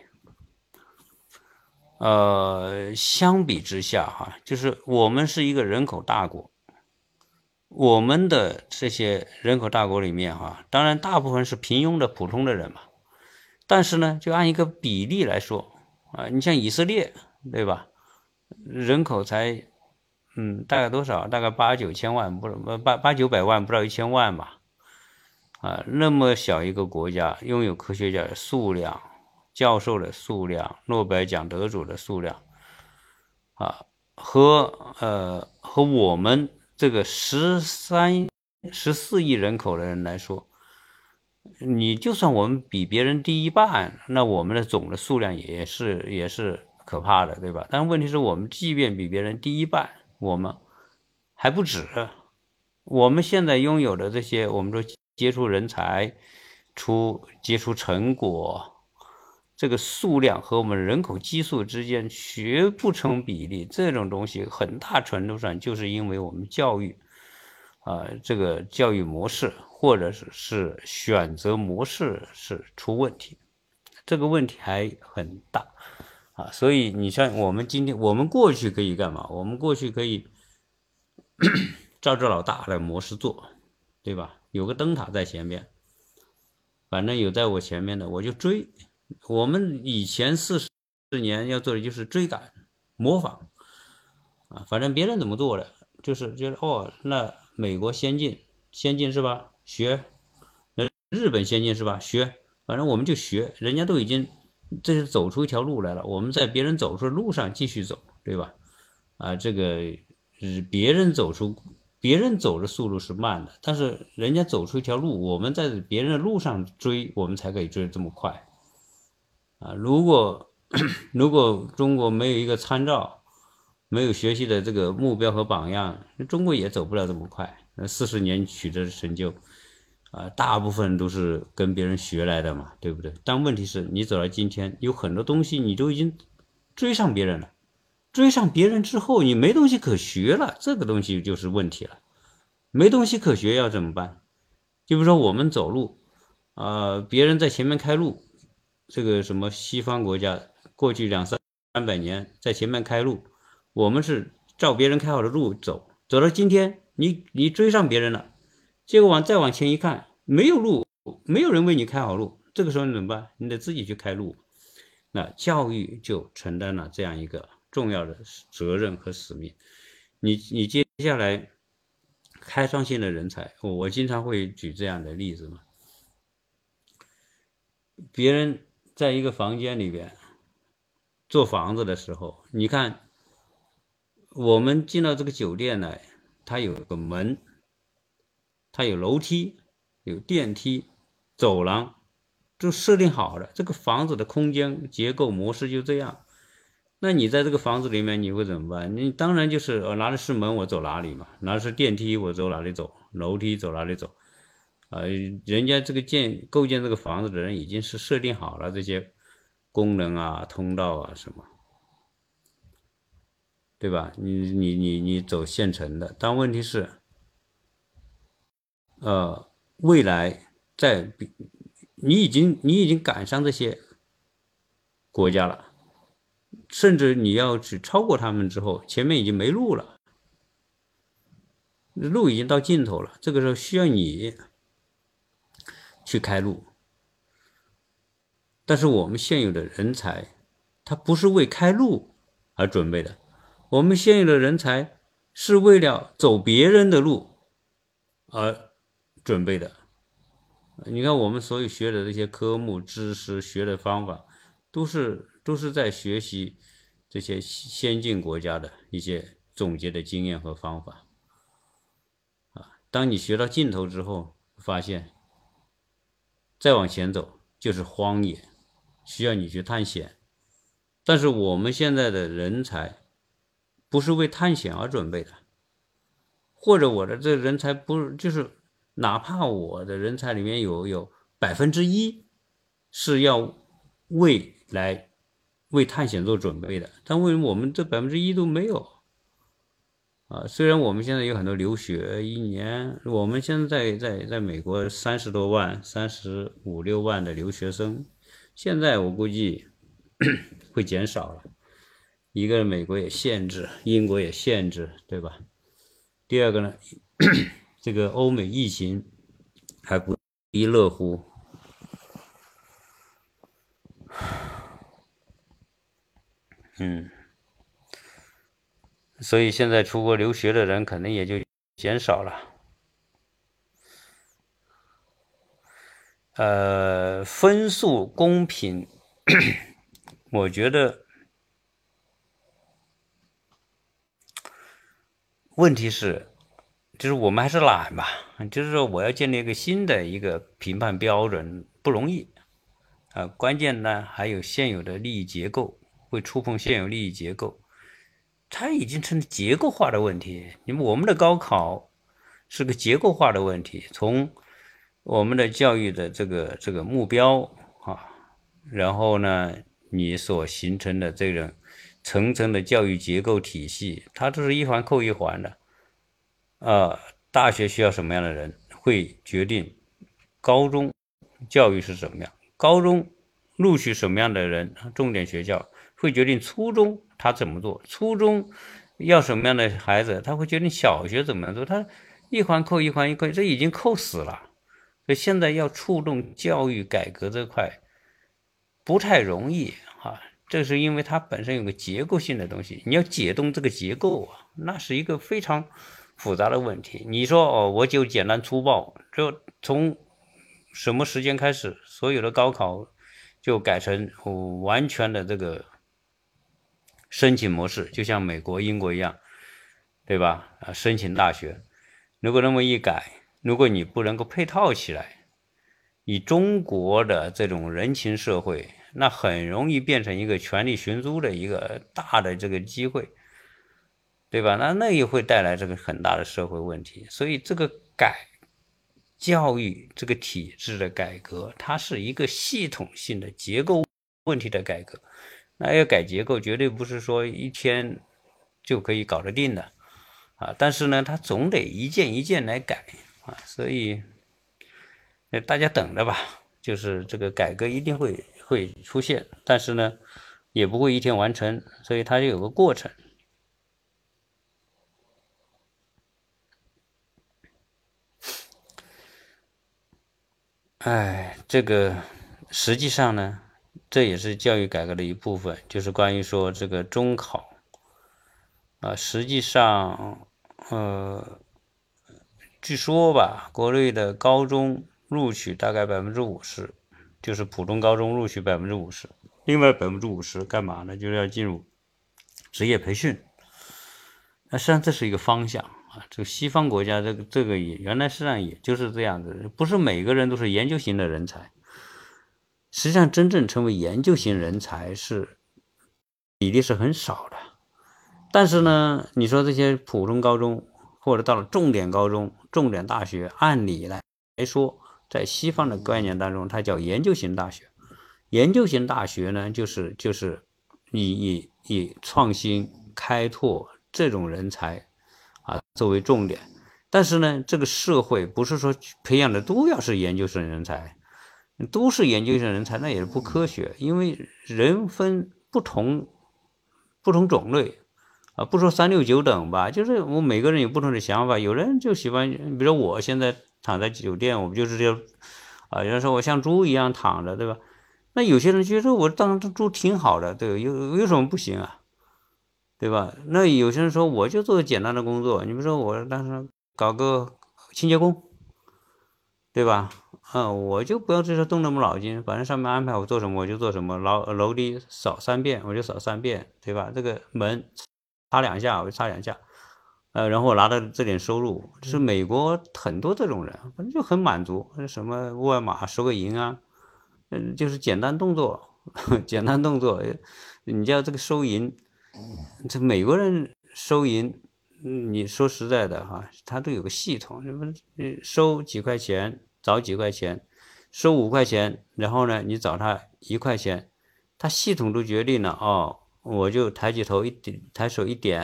呃，相比之下哈，就是我们是一个人口大国，我们的这些人口大国里面哈，当然大部分是平庸的普通的人嘛，但是呢，就按一个比例来说啊，你像以色列，对吧？人口才嗯大概多少？大概八九千万，不是八八九百万，不到一千万吧。啊，那么小一个国家，拥有科学家的数量、教授的数量、诺贝尔奖得主的数量，啊，和呃和我们这个十三十四亿人口的人来说，你就算我们比别人低一半，那我们的总的数量也是也是可怕的，对吧？但问题是我们即便比别人低一半，我们还不止。我们现在拥有的这些，我们说杰出人才、出杰出成果，这个数量和我们人口基数之间绝不成比例。这种东西很大程度上就是因为我们教育啊、呃，这个教育模式或者是是选择模式是出问题，这个问题还很大啊。所以你像我们今天，我们过去可以干嘛？我们过去可以照着老大的模式做，对吧？有个灯塔在前面，反正有在我前面的我就追。我们以前四十年要做的就是追赶、模仿啊，反正别人怎么做的，就是觉得哦，那美国先进，先进是吧？学，那日本先进是吧？学，反正我们就学，人家都已经这是走出一条路来了，我们在别人走出的路上继续走，对吧？啊，这个是别人走出。别人走的速度是慢的，但是人家走出一条路，我们在别人的路上追，我们才可以追得这么快啊！如果如果中国没有一个参照，没有学习的这个目标和榜样，中国也走不了这么快。那四十年取得的成就啊，大部分都是跟别人学来的嘛，对不对？但问题是你走到今天，有很多东西你都已经追上别人了。追上别人之后，你没东西可学了，这个东西就是问题了。没东西可学要怎么办？就比如说我们走路，呃，别人在前面开路，这个什么西方国家过去两三三百年在前面开路，我们是照别人开好的路走，走到今天，你你追上别人了，结果往再往前一看，没有路，没有人为你开好路，这个时候你怎么办？你得自己去开路。那教育就承担了这样一个重要的责任和使命。你你接下来开创性的人才，我我经常会举这样的例子嘛。别人在一个房间里边做房子的时候，你看我们进到这个酒店来，它有个门，它有楼梯，有电梯，走廊，就设定好了。这个房子的空间结构模式就这样。那你在这个房子里面你会怎么办？你当然就是呃拿的是门我走哪里嘛，拿的是电梯我走哪里走，楼梯走哪里走。呃，人家这个建构建这个房子的人已经是设定好了这些功能啊、通道啊什么，对吧？你你你你走现成的，但问题是，呃，未来在你已经你已经赶上这些国家了，甚至你要去超过他们之后，前面已经没路了，路已经到尽头了，这个时候需要你去开路。但是我们现有的人才，他不是为开路而准备的，我们现有的人才是为了走别人的路而准备的。你看我们所有学的这些科目知识、学的方法，都是都是在学习这些先进国家的一些总结的经验和方法啊。当你学到尽头之后，发现再往前走就是荒野，需要你去探险。但是我们现在的人才不是为探险而准备的，或者我的这人才不是就是，哪怕我的人才里面有有百分之一是要为来为探险做准备的，但为什么我们这百分之一都没有？ 啊，虽然我们现在有很多留学，一年我们现在在在美国三十多万、三十五六万的留学生，现在我估计会减少了。一个美国也限制，英国也限制，对吧？第二个呢，这个欧美疫情还不亦乐乎。嗯，所以现在出国留学的人可能也就减少了。呃，分数公平，我觉得问题是，就是我们还是懒吧，就是说我要建立一个新的一个评判标准不容易啊、呃关键呢还有现有的利益结构，会触碰现有利益结构，它已经成结构化的问题。你们我们的高考是个结构化的问题，从我们的教育的这个这个目标啊，然后呢，你所形成的这种层层的教育结构体系，它都是一环扣一环的。呃，大学需要什么样的人，会决定高中教育是怎么样。高中录取什么样的人，重点学校会决定初中他怎么做。初中要什么样的孩子，他会决定小学怎么样做。他一环扣一环一扣，这已经扣死了。所以现在要触动教育改革这块不太容易啊，这是因为它本身有个结构性的东西，你要解冻这个结构啊，那是一个非常复杂的问题。你说哦，我就简单粗暴，就从什么时间开始，所有的高考就改成完全的这个申请模式，就像美国、英国一样，对吧？啊，申请大学，如果那么一改，如果你不能够配套起来，以中国的这种人情社会，那很容易变成一个权力寻租的一个大的这个机会，对吧？那那也会带来这个很大的社会问题。所以这个改教育这个体制的改革，它是一个系统性的结构问题的改革。那要改结构，绝对不是说一天就可以搞得定的啊。但是呢，它总得一件一件来改啊。所以大家等着吧，就是这个改革一定会会出现，但是呢，也不会一天完成，所以它就有个过程。哎，这个实际上呢，这也是教育改革的一部分，就是关于说这个中考啊，实际上，呃，据说吧，国内的高中录取大概百分之五十，就是普通高中录取百分之五十，另外百分之五十干嘛呢？就是要进入职业培训。那实际上这是一个方向啊，这个西方国家这个这个也原来实际上也就是这样子，不是每个人都是研究型的人才。实际上，真正成为研究型人才是比例是很少的。但是呢，你说这些普通高中或者到了重点高中、重点大学，按理来来说，在西方的概念当中，它叫研究型大学。研究型大学呢，就是就是以以以创新开拓这种人才啊作为重点。但是呢，这个社会不是说培养的都要是研究生人才，都是研究生人才，那也是不科学，因为人分不同不同种类啊，不说三六九等吧，就是我每个人有不同的想法，有人就喜欢，比如我现在躺在酒店，我不就是要啊，有人说我像猪一样躺着，对吧？那有些人觉得我当猪挺好的，对，有有什么不行啊？对吧？那有些人说我就做简单的工作，你比如说我当时搞个清洁工，对吧？嗯，我就不要这时候动那么脑筋，反正上面安排我做什么我就做什么，楼楼梯扫三遍我就扫三遍，对吧？这个门擦两下我就擦两下，呃，然后我拿到这点收入，是美国很多这种人，反正就很满足，什么沃尔玛收个银啊，嗯，就是简单动作，简单动作，你叫这个收银，这美国人收银，你说实在的哈，他都有个系统，什么收几块钱找几块钱，收五块钱，然后呢你找他一块钱，他系统都决定了哦，我就抬起头一点，抬手一点，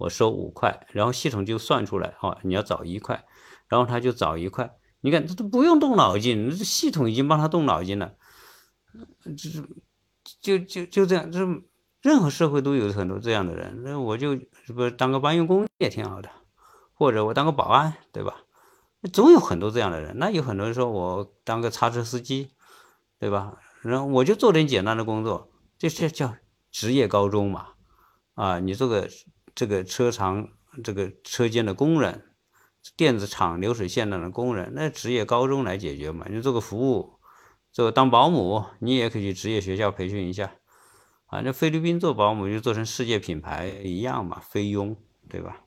我收五块，然后系统就算出来，哦，你要找一块，然后他就找一块。你看，这都不用动脑筋，这系统已经帮他动脑筋了。就是就就就这样，这任何社会都有很多这样的人。那我就不当个搬运工也挺好的，或者我当个保安，对吧？总有很多这样的人。那有很多人说我当个叉车司机，对吧？然后我就做点简单的工作，这这叫职业高中嘛。啊，你这个这个车厂这个车间的工人，电子厂流水线上的工人，那职业高中来解决嘛。你做个服务，做当保姆，你也可以去职业学校培训一下。啊，那菲律宾做保姆就做成世界品牌一样嘛，菲佣，对吧？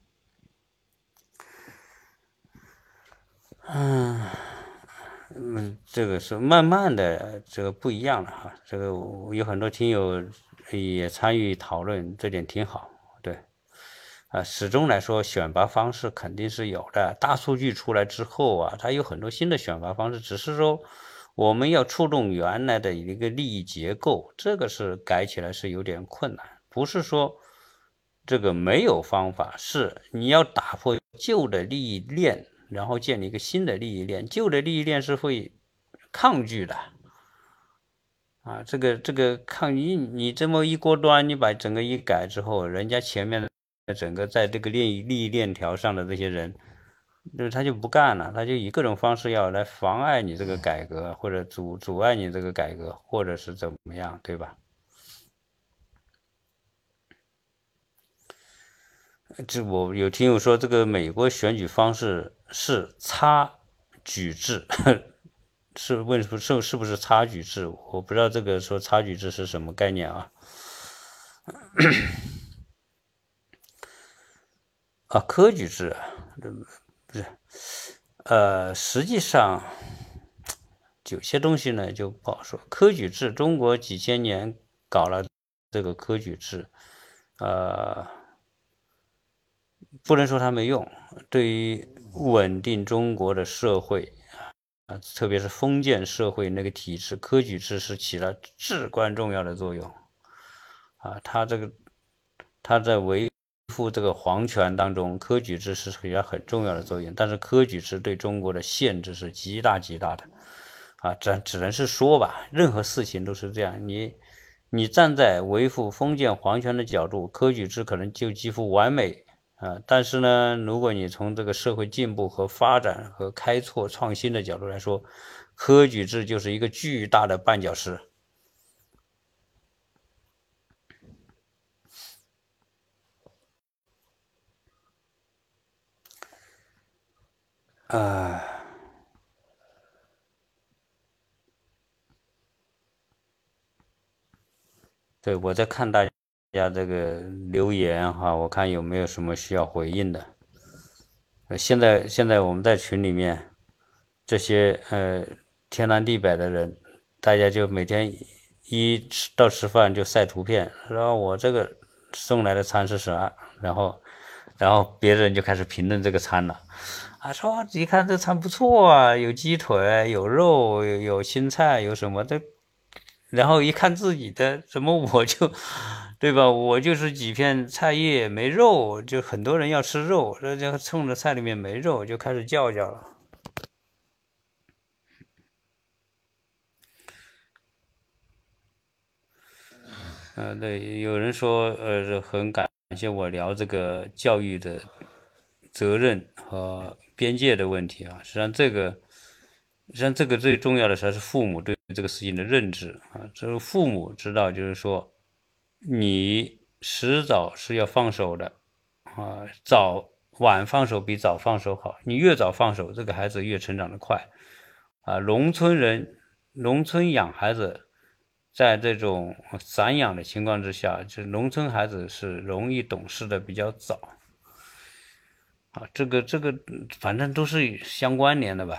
嗯嗯，这个是慢慢的，这个不一样了哈。这个有很多听友也参与讨论，这点挺好。对，啊，始终来说，选拔方式肯定是有的。大数据出来之后啊，它有很多新的选拔方式，只是说我们要触动原来的一个利益结构，这个是改起来是有点困难。不是说这个没有方法，是你要打破旧的利益链，然后建立一个新的利益链。旧的利益链是会抗拒的啊，这个这个抗议，你这么一锅端，你把整个一改之后，人家前面的整个在这个利益利益链条上的这些人，就他就不干了，他就以各种方式要来妨碍你这个改革，或者阻阻碍你这个改革，或者是怎么样，对吧？这我有听友说，这个美国选举方式是差举制，是问是是是不是差距制？我不知道这个说差距制是什么概念啊？啊，科举制啊，不是，呃，实际上有些东西呢就不好说。科举制，中国几千年搞了这个科举制，呃，不能说它没用，对于稳定中国的社会啊，特别是封建社会那个体制，科举制是起了至关重要的作用啊。它这个，它在维护这个皇权当中，科举制是起了很重要的作用。但是科举制对中国的限制是极大极大的啊，只只能是说吧，任何事情都是这样。你你站在维护封建皇权的角度，科举制可能就几乎完美。啊，但是呢，如果你从这个社会进步和发展和开拓创新的角度来说，科举制就是一个巨大的绊脚石。啊，对，我在看大家这个留言哈，我看有没有什么需要回应的。呃现在现在我们在群里面，这些呃天南地北的人，大家就每天一吃到吃饭就晒图片，说我这个送来的餐是啥，然后然后别人就开始评论这个餐了，啊，说一看这餐不错啊，有鸡腿，有肉，有有青菜，有什么的，然后一看自己的，怎么我就，对吧？我就是几片菜叶没肉，就很多人要吃肉，这就冲着菜里面没肉，就开始叫叫了。呃，对，有人说，呃，很感谢我聊这个教育的责任和边界的问题啊。实际上，这个，实际上这个最重要的还是父母对这个事情的认知啊。这个父母知道，就是说，你迟早是要放手的啊，早晚放手比早放手好。你越早放手，这个孩子越成长的快啊。农村人，农村养孩子。在这种散养的情况之下，就是农村孩子是容易懂事的比较早啊，这个这个反正都是相关联的吧。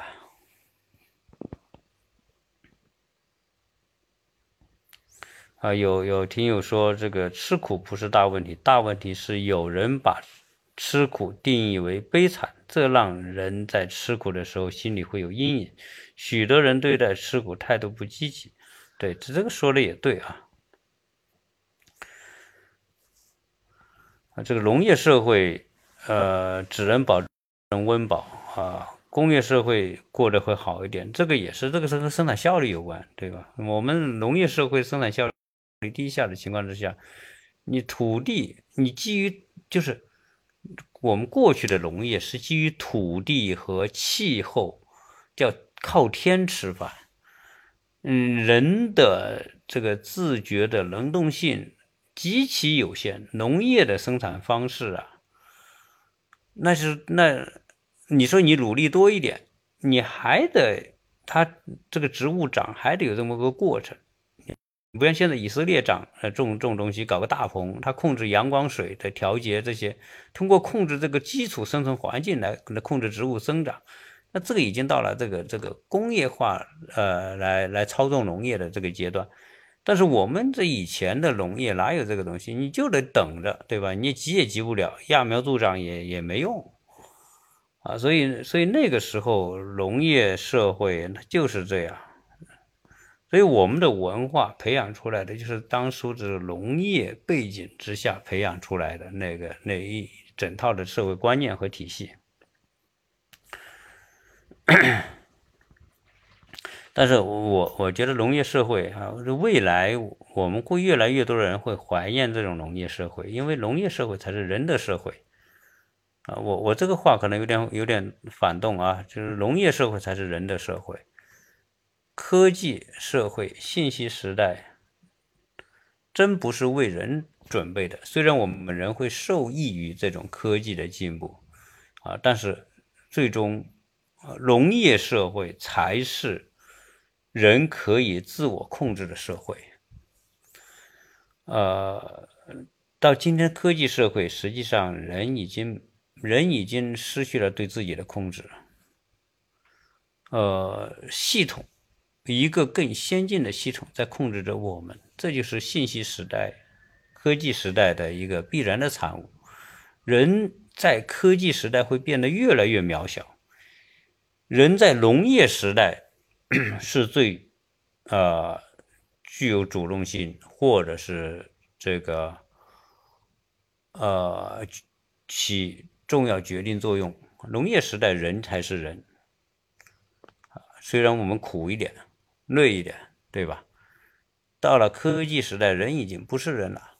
啊，有有听友说这个吃苦不是大问题，大问题是有人把吃苦定义为悲惨，这让人在吃苦的时候心里会有阴影。许多人对待吃苦态度不积极，对，这个说的也对啊。 啊，这个农业社会，呃，只能保证温饱啊，工业社会过得会好一点，这个也是这个是和生产效率有关，对吧？我们农业社会生产效率低下的情况之下，你土地，你基于就是我们过去的农业是基于土地和气候，叫靠天吃饭。嗯，人的这个自觉的能动性极其有限，农业的生产方式啊，那是那你说你努力多一点，你还得它这个植物长还得有这么个过程。不像现在以色列长呃种种东西，搞个大棚，它控制阳光水的调节这些，通过控制这个基础生存环境来来控制植物生长。那这个已经到了这个这个工业化呃来来操纵农业的这个阶段。但是我们这以前的农业哪有这个东西？你就得等着，对吧？你急也急不了，揠苗助长也也没用啊。所以所以那个时候农业社会就是这样。所以我们的文化培养出来的就是当初这个农业背景之下培养出来的那个那一整套的社会观念和体系。但是我我觉得农业社会啊，未来我们会越来越多的人会怀念这种农业社会，因为农业社会才是人的社会啊。我我这个话可能有点有点反动啊，就是农业社会才是人的社会。科技社会、信息时代，真不是为人准备的。虽然我们人会受益于这种科技的进步啊，但是最终，农业社会才是人可以自我控制的社会。呃，到今天科技社会，实际上人已经人已经失去了对自己的控制。呃，系统。一个更先进的系统在控制着我们，这就是信息时代、科技时代的一个必然的产物。人在科技时代会变得越来越渺小，人在农业时代是最呃具有主动性，或者是这个呃起重要决定作用。农业时代人才是人，虽然我们苦一点。累一点，对吧？到了科技时代，人已经不是人了。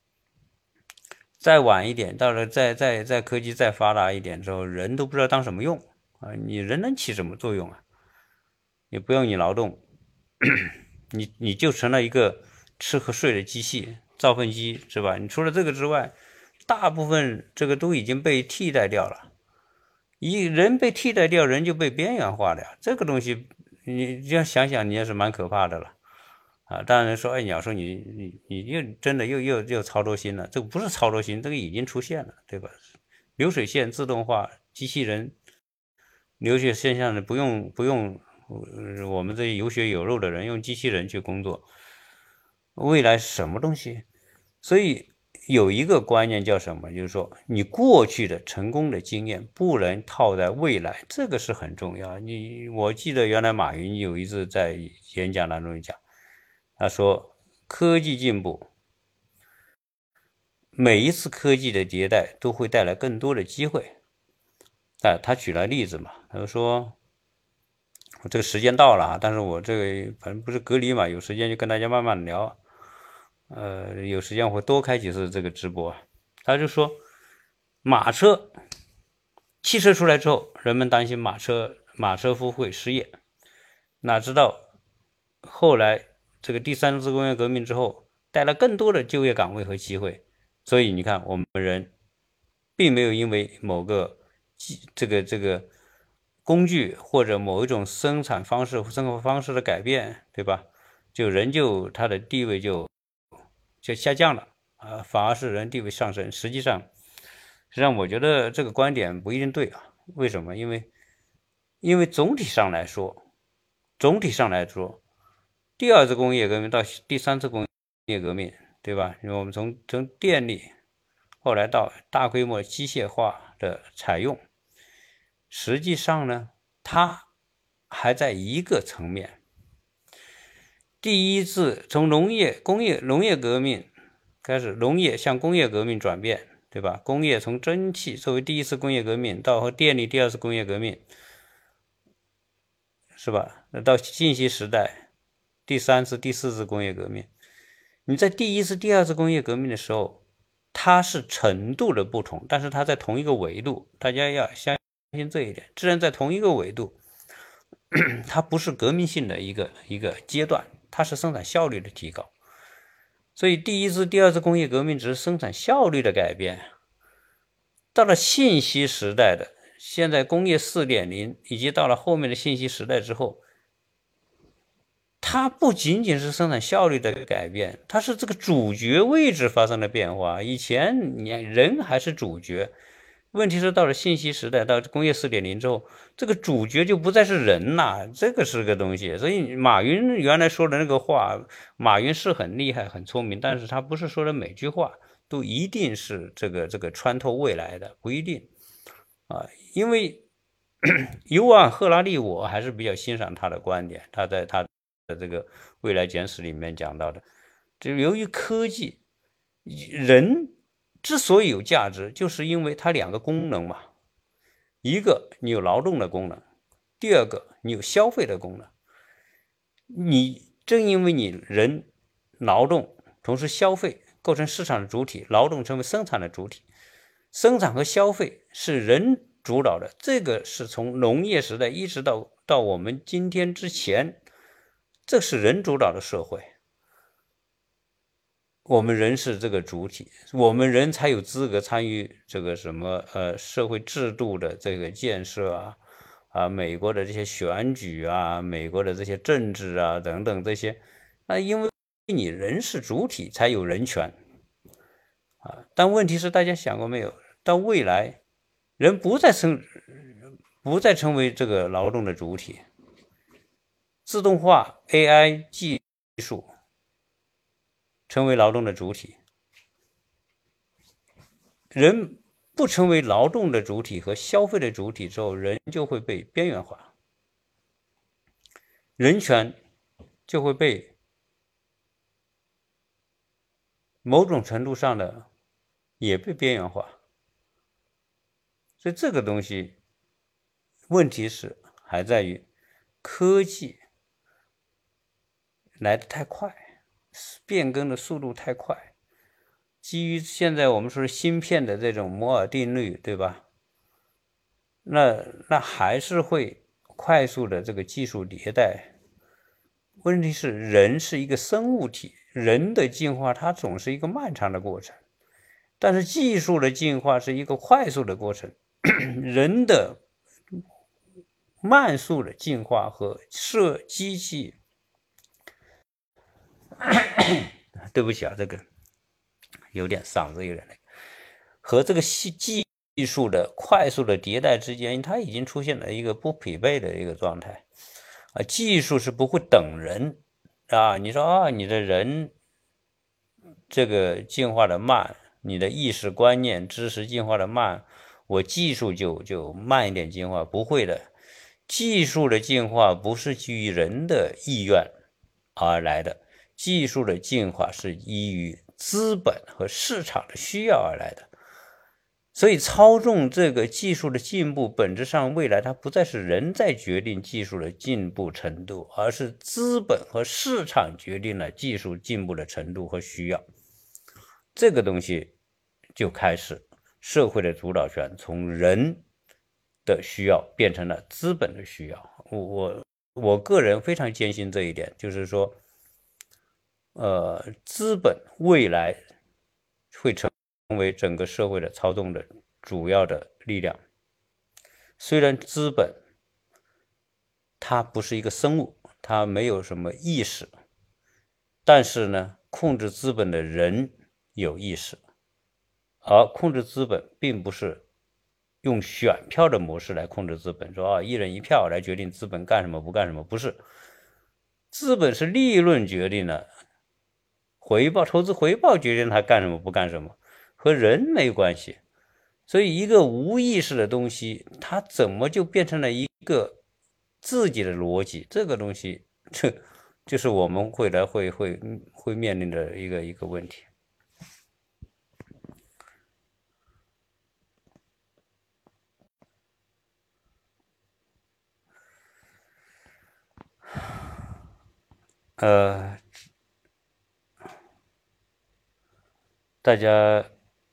再晚一点，到了再再再科技再发达一点之后，人都不知道当什么用啊！你人能起什么作用啊？也不用你劳动，你你就成了一个吃和睡的机器，造粪机，是吧？你除了这个之外，大部分这个都已经被替代掉了。一人被替代掉，人就被边缘化了。这个东西。你这样想想，你也是蛮可怕的了啊！当然说，哎，你要说你你你又真的又又又操作心了，这个不是操作心，这个已经出现了，对吧？流水线自动化，机器人，流水线上的不用不用，我们这些有血有肉的人用机器人去工作，未来是什么东西？所以。有一个观念叫什么？就是说，你过去的成功的经验不能套在未来，这个是很重要。你我记得原来马云有一次在演讲当中讲，他说科技进步，每一次科技的迭代都会带来更多的机会。但他举了例子嘛，他就说，我这个时间到了啊，但是我这个反正不是隔离嘛，有时间就跟大家慢慢聊。呃，有时间我会多开几次这个直播。他就说，马车、汽车出来之后，人们担心马车马车夫会失业，哪知道后来这个第三次工业革命之后，带来更多的就业岗位和机会。所以你看，我们人并没有因为某个这个这个工具或者某一种生产方式、生活方式的改变，对吧？就人就他的地位就。就下降了啊，反而是人地位上升。实际上，实际上我觉得这个观点不一定对啊。为什么？因为，因为总体上来说，总体上来说，第二次工业革命到第三次工业革命，对吧？因为我们从从电力，后来到大规模机械化的采用，实际上呢，它还在一个层面。第一次从农业、工业、农业革命开始，农业向工业革命转变， 对吧？工业从蒸汽作为第一次工业革命，到和电力第二次工业革命，是吧？那到信息时代，第三次、第四次工业革命，你在第一次、第二次工业革命的时候，它是程度的不同，但是它在同一个维度，大家要相信这一点。既然在同一个维度，它不是革命性的一个一个阶段，它是生产效率的提高。所以第一次、第二次工业革命只是生产效率的改变。到了信息时代的现在工业 四点零 以及到了后面的信息时代之后，它不仅仅是生产效率的改变，它是这个主角位置发生了变化。以前你人还是主角，问题是到了信息时代，到工业 四点零 之后，这个主角就不再是人了，这个是个东西。所以马云原来说的那个话，马云是很厉害很聪明，但是他不是说的每句话都一定是这个这个穿透未来的，不一定啊。因为尤瓦·赫拉利我还是比较欣赏他的观点，他在他的这个未来简史里面讲到的，就由于科技，人之所以有价值，就是因为它两个功能嘛，一个你有劳动的功能，第二个你有消费的功能。你正因为你人劳动同时消费构成市场的主体，劳动成为生产的主体，生产和消费是人主导的，这个是从农业时代一直到到我们今天之前，这是人主导的社会。我们人是这个主体，我们人才有资格参与这个什么呃社会制度的这个建设啊啊，美国的这些选举啊，美国的这些政治啊等等这些，那因为你人是主体才有人权啊。但问题是大家想过没有，到未来人不再成不再成为这个劳动的主体，自动化 A I 技术成为劳动的主体，人不成为劳动的主体和消费的主体之后，人就会被边缘化，人权就会被某种程度上的也被边缘化。所以这个东西问题是还在于科技来得太快，变更的速度太快，基于现在我们说芯片的这种摩尔定律，对吧？那那还是会快速的这个技术迭代。问题是人是一个生物体，人的进化它总是一个漫长的过程，但是技术的进化是一个快速的过程。人的慢速的进化和设机器对不起啊，这个有点嗓子有点累，和这个技术的快速的迭代之间，它已经出现了一个不匹配的一个状态啊。技术是不会等人啊，你说啊，你的人这个进化的慢，你的意识观念知识进化的慢，我技术就就慢一点进化，不会的。技术的进化不是基于人的意愿而来的，技术的进化是依于资本和市场的需要而来的。所以操纵这个技术的进步，本质上未来它不再是人在决定技术的进步程度，而是资本和市场决定了技术进步的程度和需要。这个东西就开始社会的主导权从人的需要变成了资本的需要。我我我个人非常坚信这一点，就是说，呃，资本未来会成为整个社会的操纵的主要的力量。虽然资本它不是一个生物，它没有什么意识，但是呢，控制资本的人有意识，而控制资本并不是用选票的模式来控制资本，说啊一人一票来决定资本干什么不干什么，不是。资本是利润决定了，回报投资回报决定它干什么不干什么，和人没关系。所以一个无意识的东西，它怎么就变成了一个自己的逻辑？这个东西，这就是我们未来会会会面临的一个一个问题。 呃，大家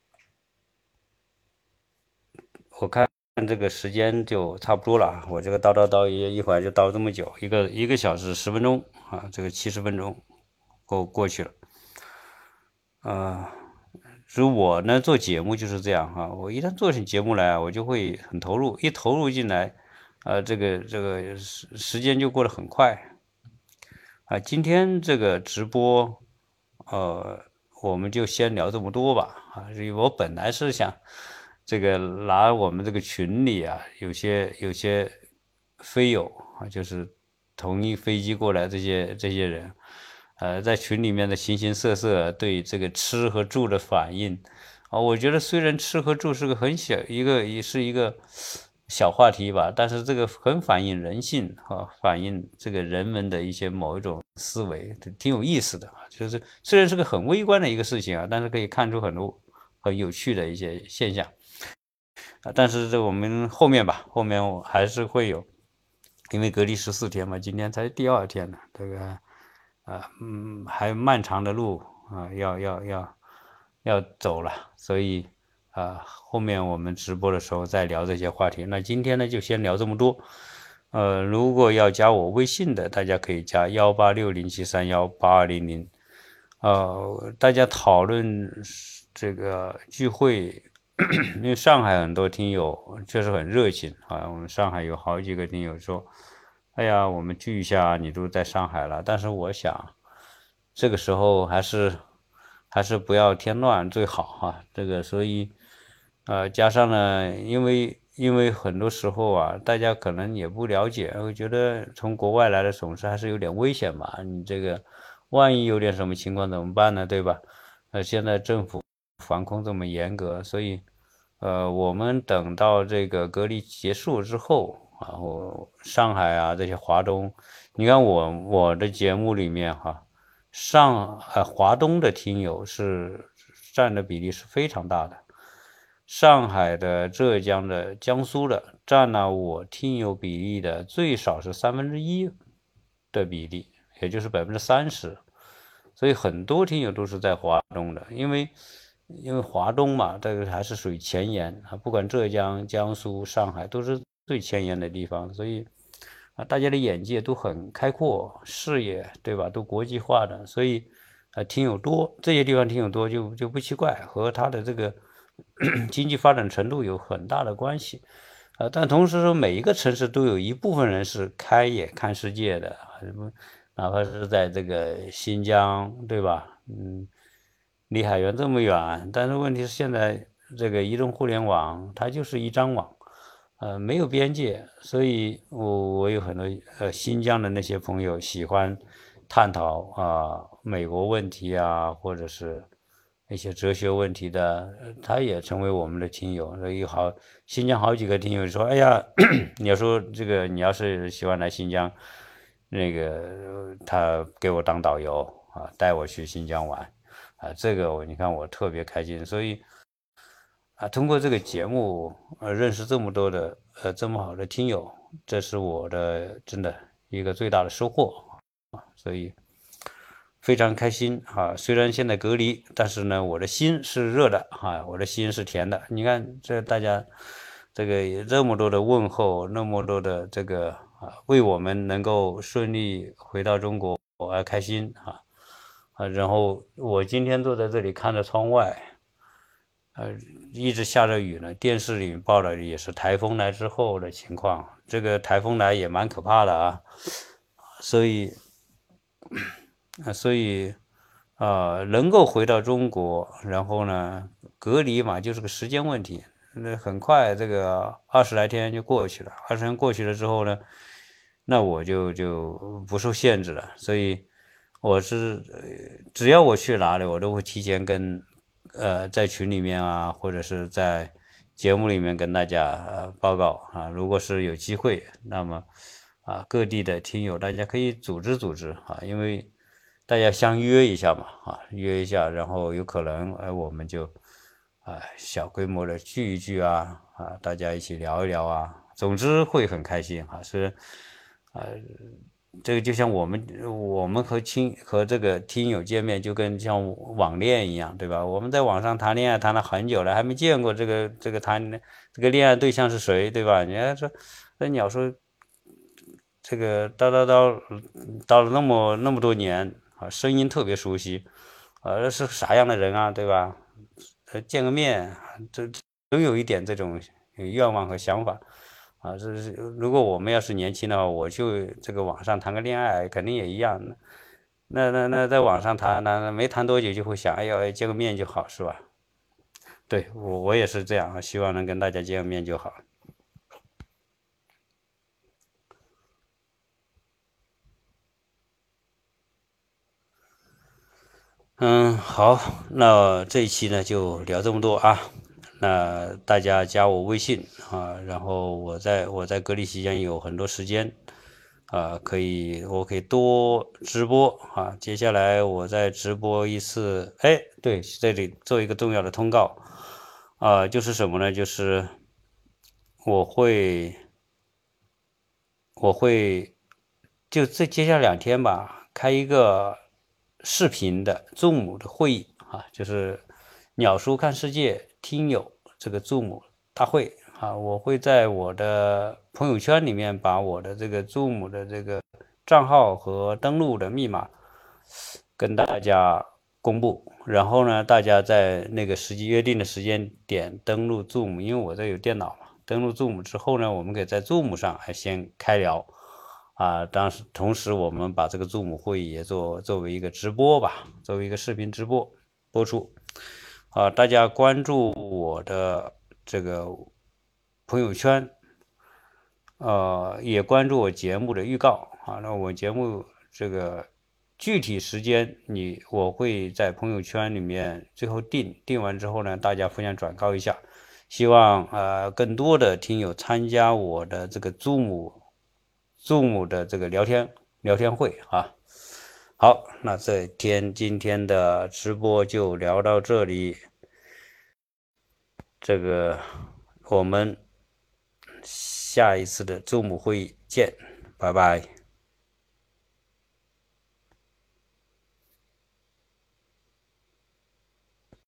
我看这个时间就差不多了，我这个叨叨叨一一会儿就叨这么久，一个一个小时十分钟啊，这个七十分钟过过去了。啊、所以我呢做节目就是这样哈，我一旦做起节目来啊，我就会很投入，一投入进来，呃，这个这个时时间就过得很快啊。今天这个直播，呃，我们就先聊这么多吧啊。因为我本来是想这个拿我们这个群里啊，有些有些飞友啊，就是同一飞机过来这些这些人。呃，在群里面的形形色色对这个吃和住的反应啊，我觉得虽然吃和住是个很小一个也是一个小话题吧，但是这个很反映人性啊，反映这个人们的一些某一种思维，挺有意思的啊。就是虽然是个很微观的一个事情啊，但是可以看出很多很有趣的一些现象啊。但是这我们后面吧，后面我还是会有，因为隔离十四天嘛，今天才第二天呢，这个。啊，嗯，还有漫长的路啊，要要要要走了，所以啊，后面我们直播的时候再聊这些话题。那今天呢，就先聊这么多。呃，如果要加我微信的，大家可以加幺八六零七三幺八二零零。呃，大家讨论这个聚会，因为上海很多听友确实很热情啊，我们上海有好几个听友说。哎呀，我们聚一下，你都在上海了。但是我想，这个时候还是还是不要添乱最好哈。这个，所以呃，加上呢，因为因为很多时候啊，大家可能也不了解，会觉得从国外来的总是还是有点危险吧。你这个万一有点什么情况怎么办呢？对吧？呃，现在政府防控这么严格，所以呃，我们等到这个隔离结束之后。然后上海啊这些华东，你看我我的节目里面哈，上呃华东的听友是占的比例是非常大的，上海的、浙江的、江苏的占了我听友比例的最少是三分之一的比例，也就是百分之三十，所以很多听友都是在华东的，因为因为华东嘛，这个还是属于前沿啊，不管浙江、江苏、上海都是最前沿的地方，所以啊，大家的眼界都很开阔，视野对吧，都国际化的，所以啊，听友多，这些地方听友多就就不奇怪，和他的这个经济发展程度有很大的关系。啊，但同时说，每一个城市都有一部分人是开眼看世界的，什么，哪怕是在这个新疆，对吧？嗯，离海源这么远，但是问题是现在这个移动互联网它就是一张网，呃，没有边界，所以我我有很多呃新疆的那些朋友喜欢探讨啊、美国问题啊，或者是一些哲学问题的，呃他也成为我们的听友。所以好，新疆好几个听友说，哎呀，你要说这个，你要是喜欢来新疆，那个他给我当导游啊，带我去新疆玩。啊，这个我你看我特别开心，所以啊，通过这个节目呃认识这么多的呃这么好的听友，这是我的真的一个最大的收获啊，所以非常开心啊。虽然现在隔离，但是呢，我的心是热的啊，我的心是甜的。你看这大家这个这么多的问候，那么多的这个啊，为我们能够顺利回到中国，我还开心啊。啊，然后我今天坐在这里看着窗外，呃，一直下着雨呢。电视里报的也是台风来之后的情况，这个台风来也蛮可怕的啊。所以，呃所以，呃，能够回到中国，然后呢，隔离嘛，就是个时间问题。那很快，这个二十来天就过去了。二十天过去了之后呢，那我就就不受限制了。所以，我是呃只要我去哪里，我都会提前跟呃在群里面啊，或者是在节目里面跟大家呃报告啊。如果是有机会，那么啊各地的听友大家可以组织组织啊，因为大家相约一下嘛啊，约一下，然后有可能哎我们就啊小规模的聚一聚啊啊，大家一起聊一聊啊，总之会很开心啊。虽然呃这个就像我们我们和亲和这个听友见面，就跟像网恋一样，对吧？我们在网上谈恋爱谈了很久了，还没见过这个这个谈这个恋爱对象是谁，对吧？人家说，那鸟说这个叨叨叨叨了那么那么多年啊，声音特别熟悉，呃，是啥样的人啊，对吧？呃，见个面，这总有一点这种愿望和想法。啊，这是如果我们要是年轻的话，我就这个网上谈个恋爱，肯定也一样的。那那那在网上谈，那那没谈多久就会想，哎呀，见个面就好，是吧？对，我我也是这样，希望能跟大家见个面就好。嗯，好，那这一期呢就聊这么多啊。那大家加我微信啊，然后我在我在隔离期间有很多时间啊，可以我可以多直播啊。接下来我再直播一次，哎，对，这里做一个重要的通告啊，就是什么呢？就是我会我会就这接下来两天吧，开一个视频的 Zoom 的会议啊，就是鸟叔看世界听友这个 Zoom 大会啊，我会在我的朋友圈里面把我的这个 Zoom 的这个账号和登录的密码跟大家公布，然后呢，大家在那个实际约定的时间点登录 Zoom，因为我这有电脑嘛，登录 Zoom 之后呢，我们可以在 Zoom 上还先开聊。啊，当时同时我们把这个 Zoom 会议也做作为一个直播吧，作为一个视频直播播出。啊，大家关注我的这个朋友圈，呃，也关注我节目的预告啊。那我节目这个具体时间你我会在朋友圈里面最后定，定完之后呢，大家互相转告一下。希望呃更多的听友参加我的这个 Zoom Zoom 的这个聊天聊天会啊。好，那这天今天的直播就聊到这里，这个我们下一次的 Zoom 会议见，拜拜。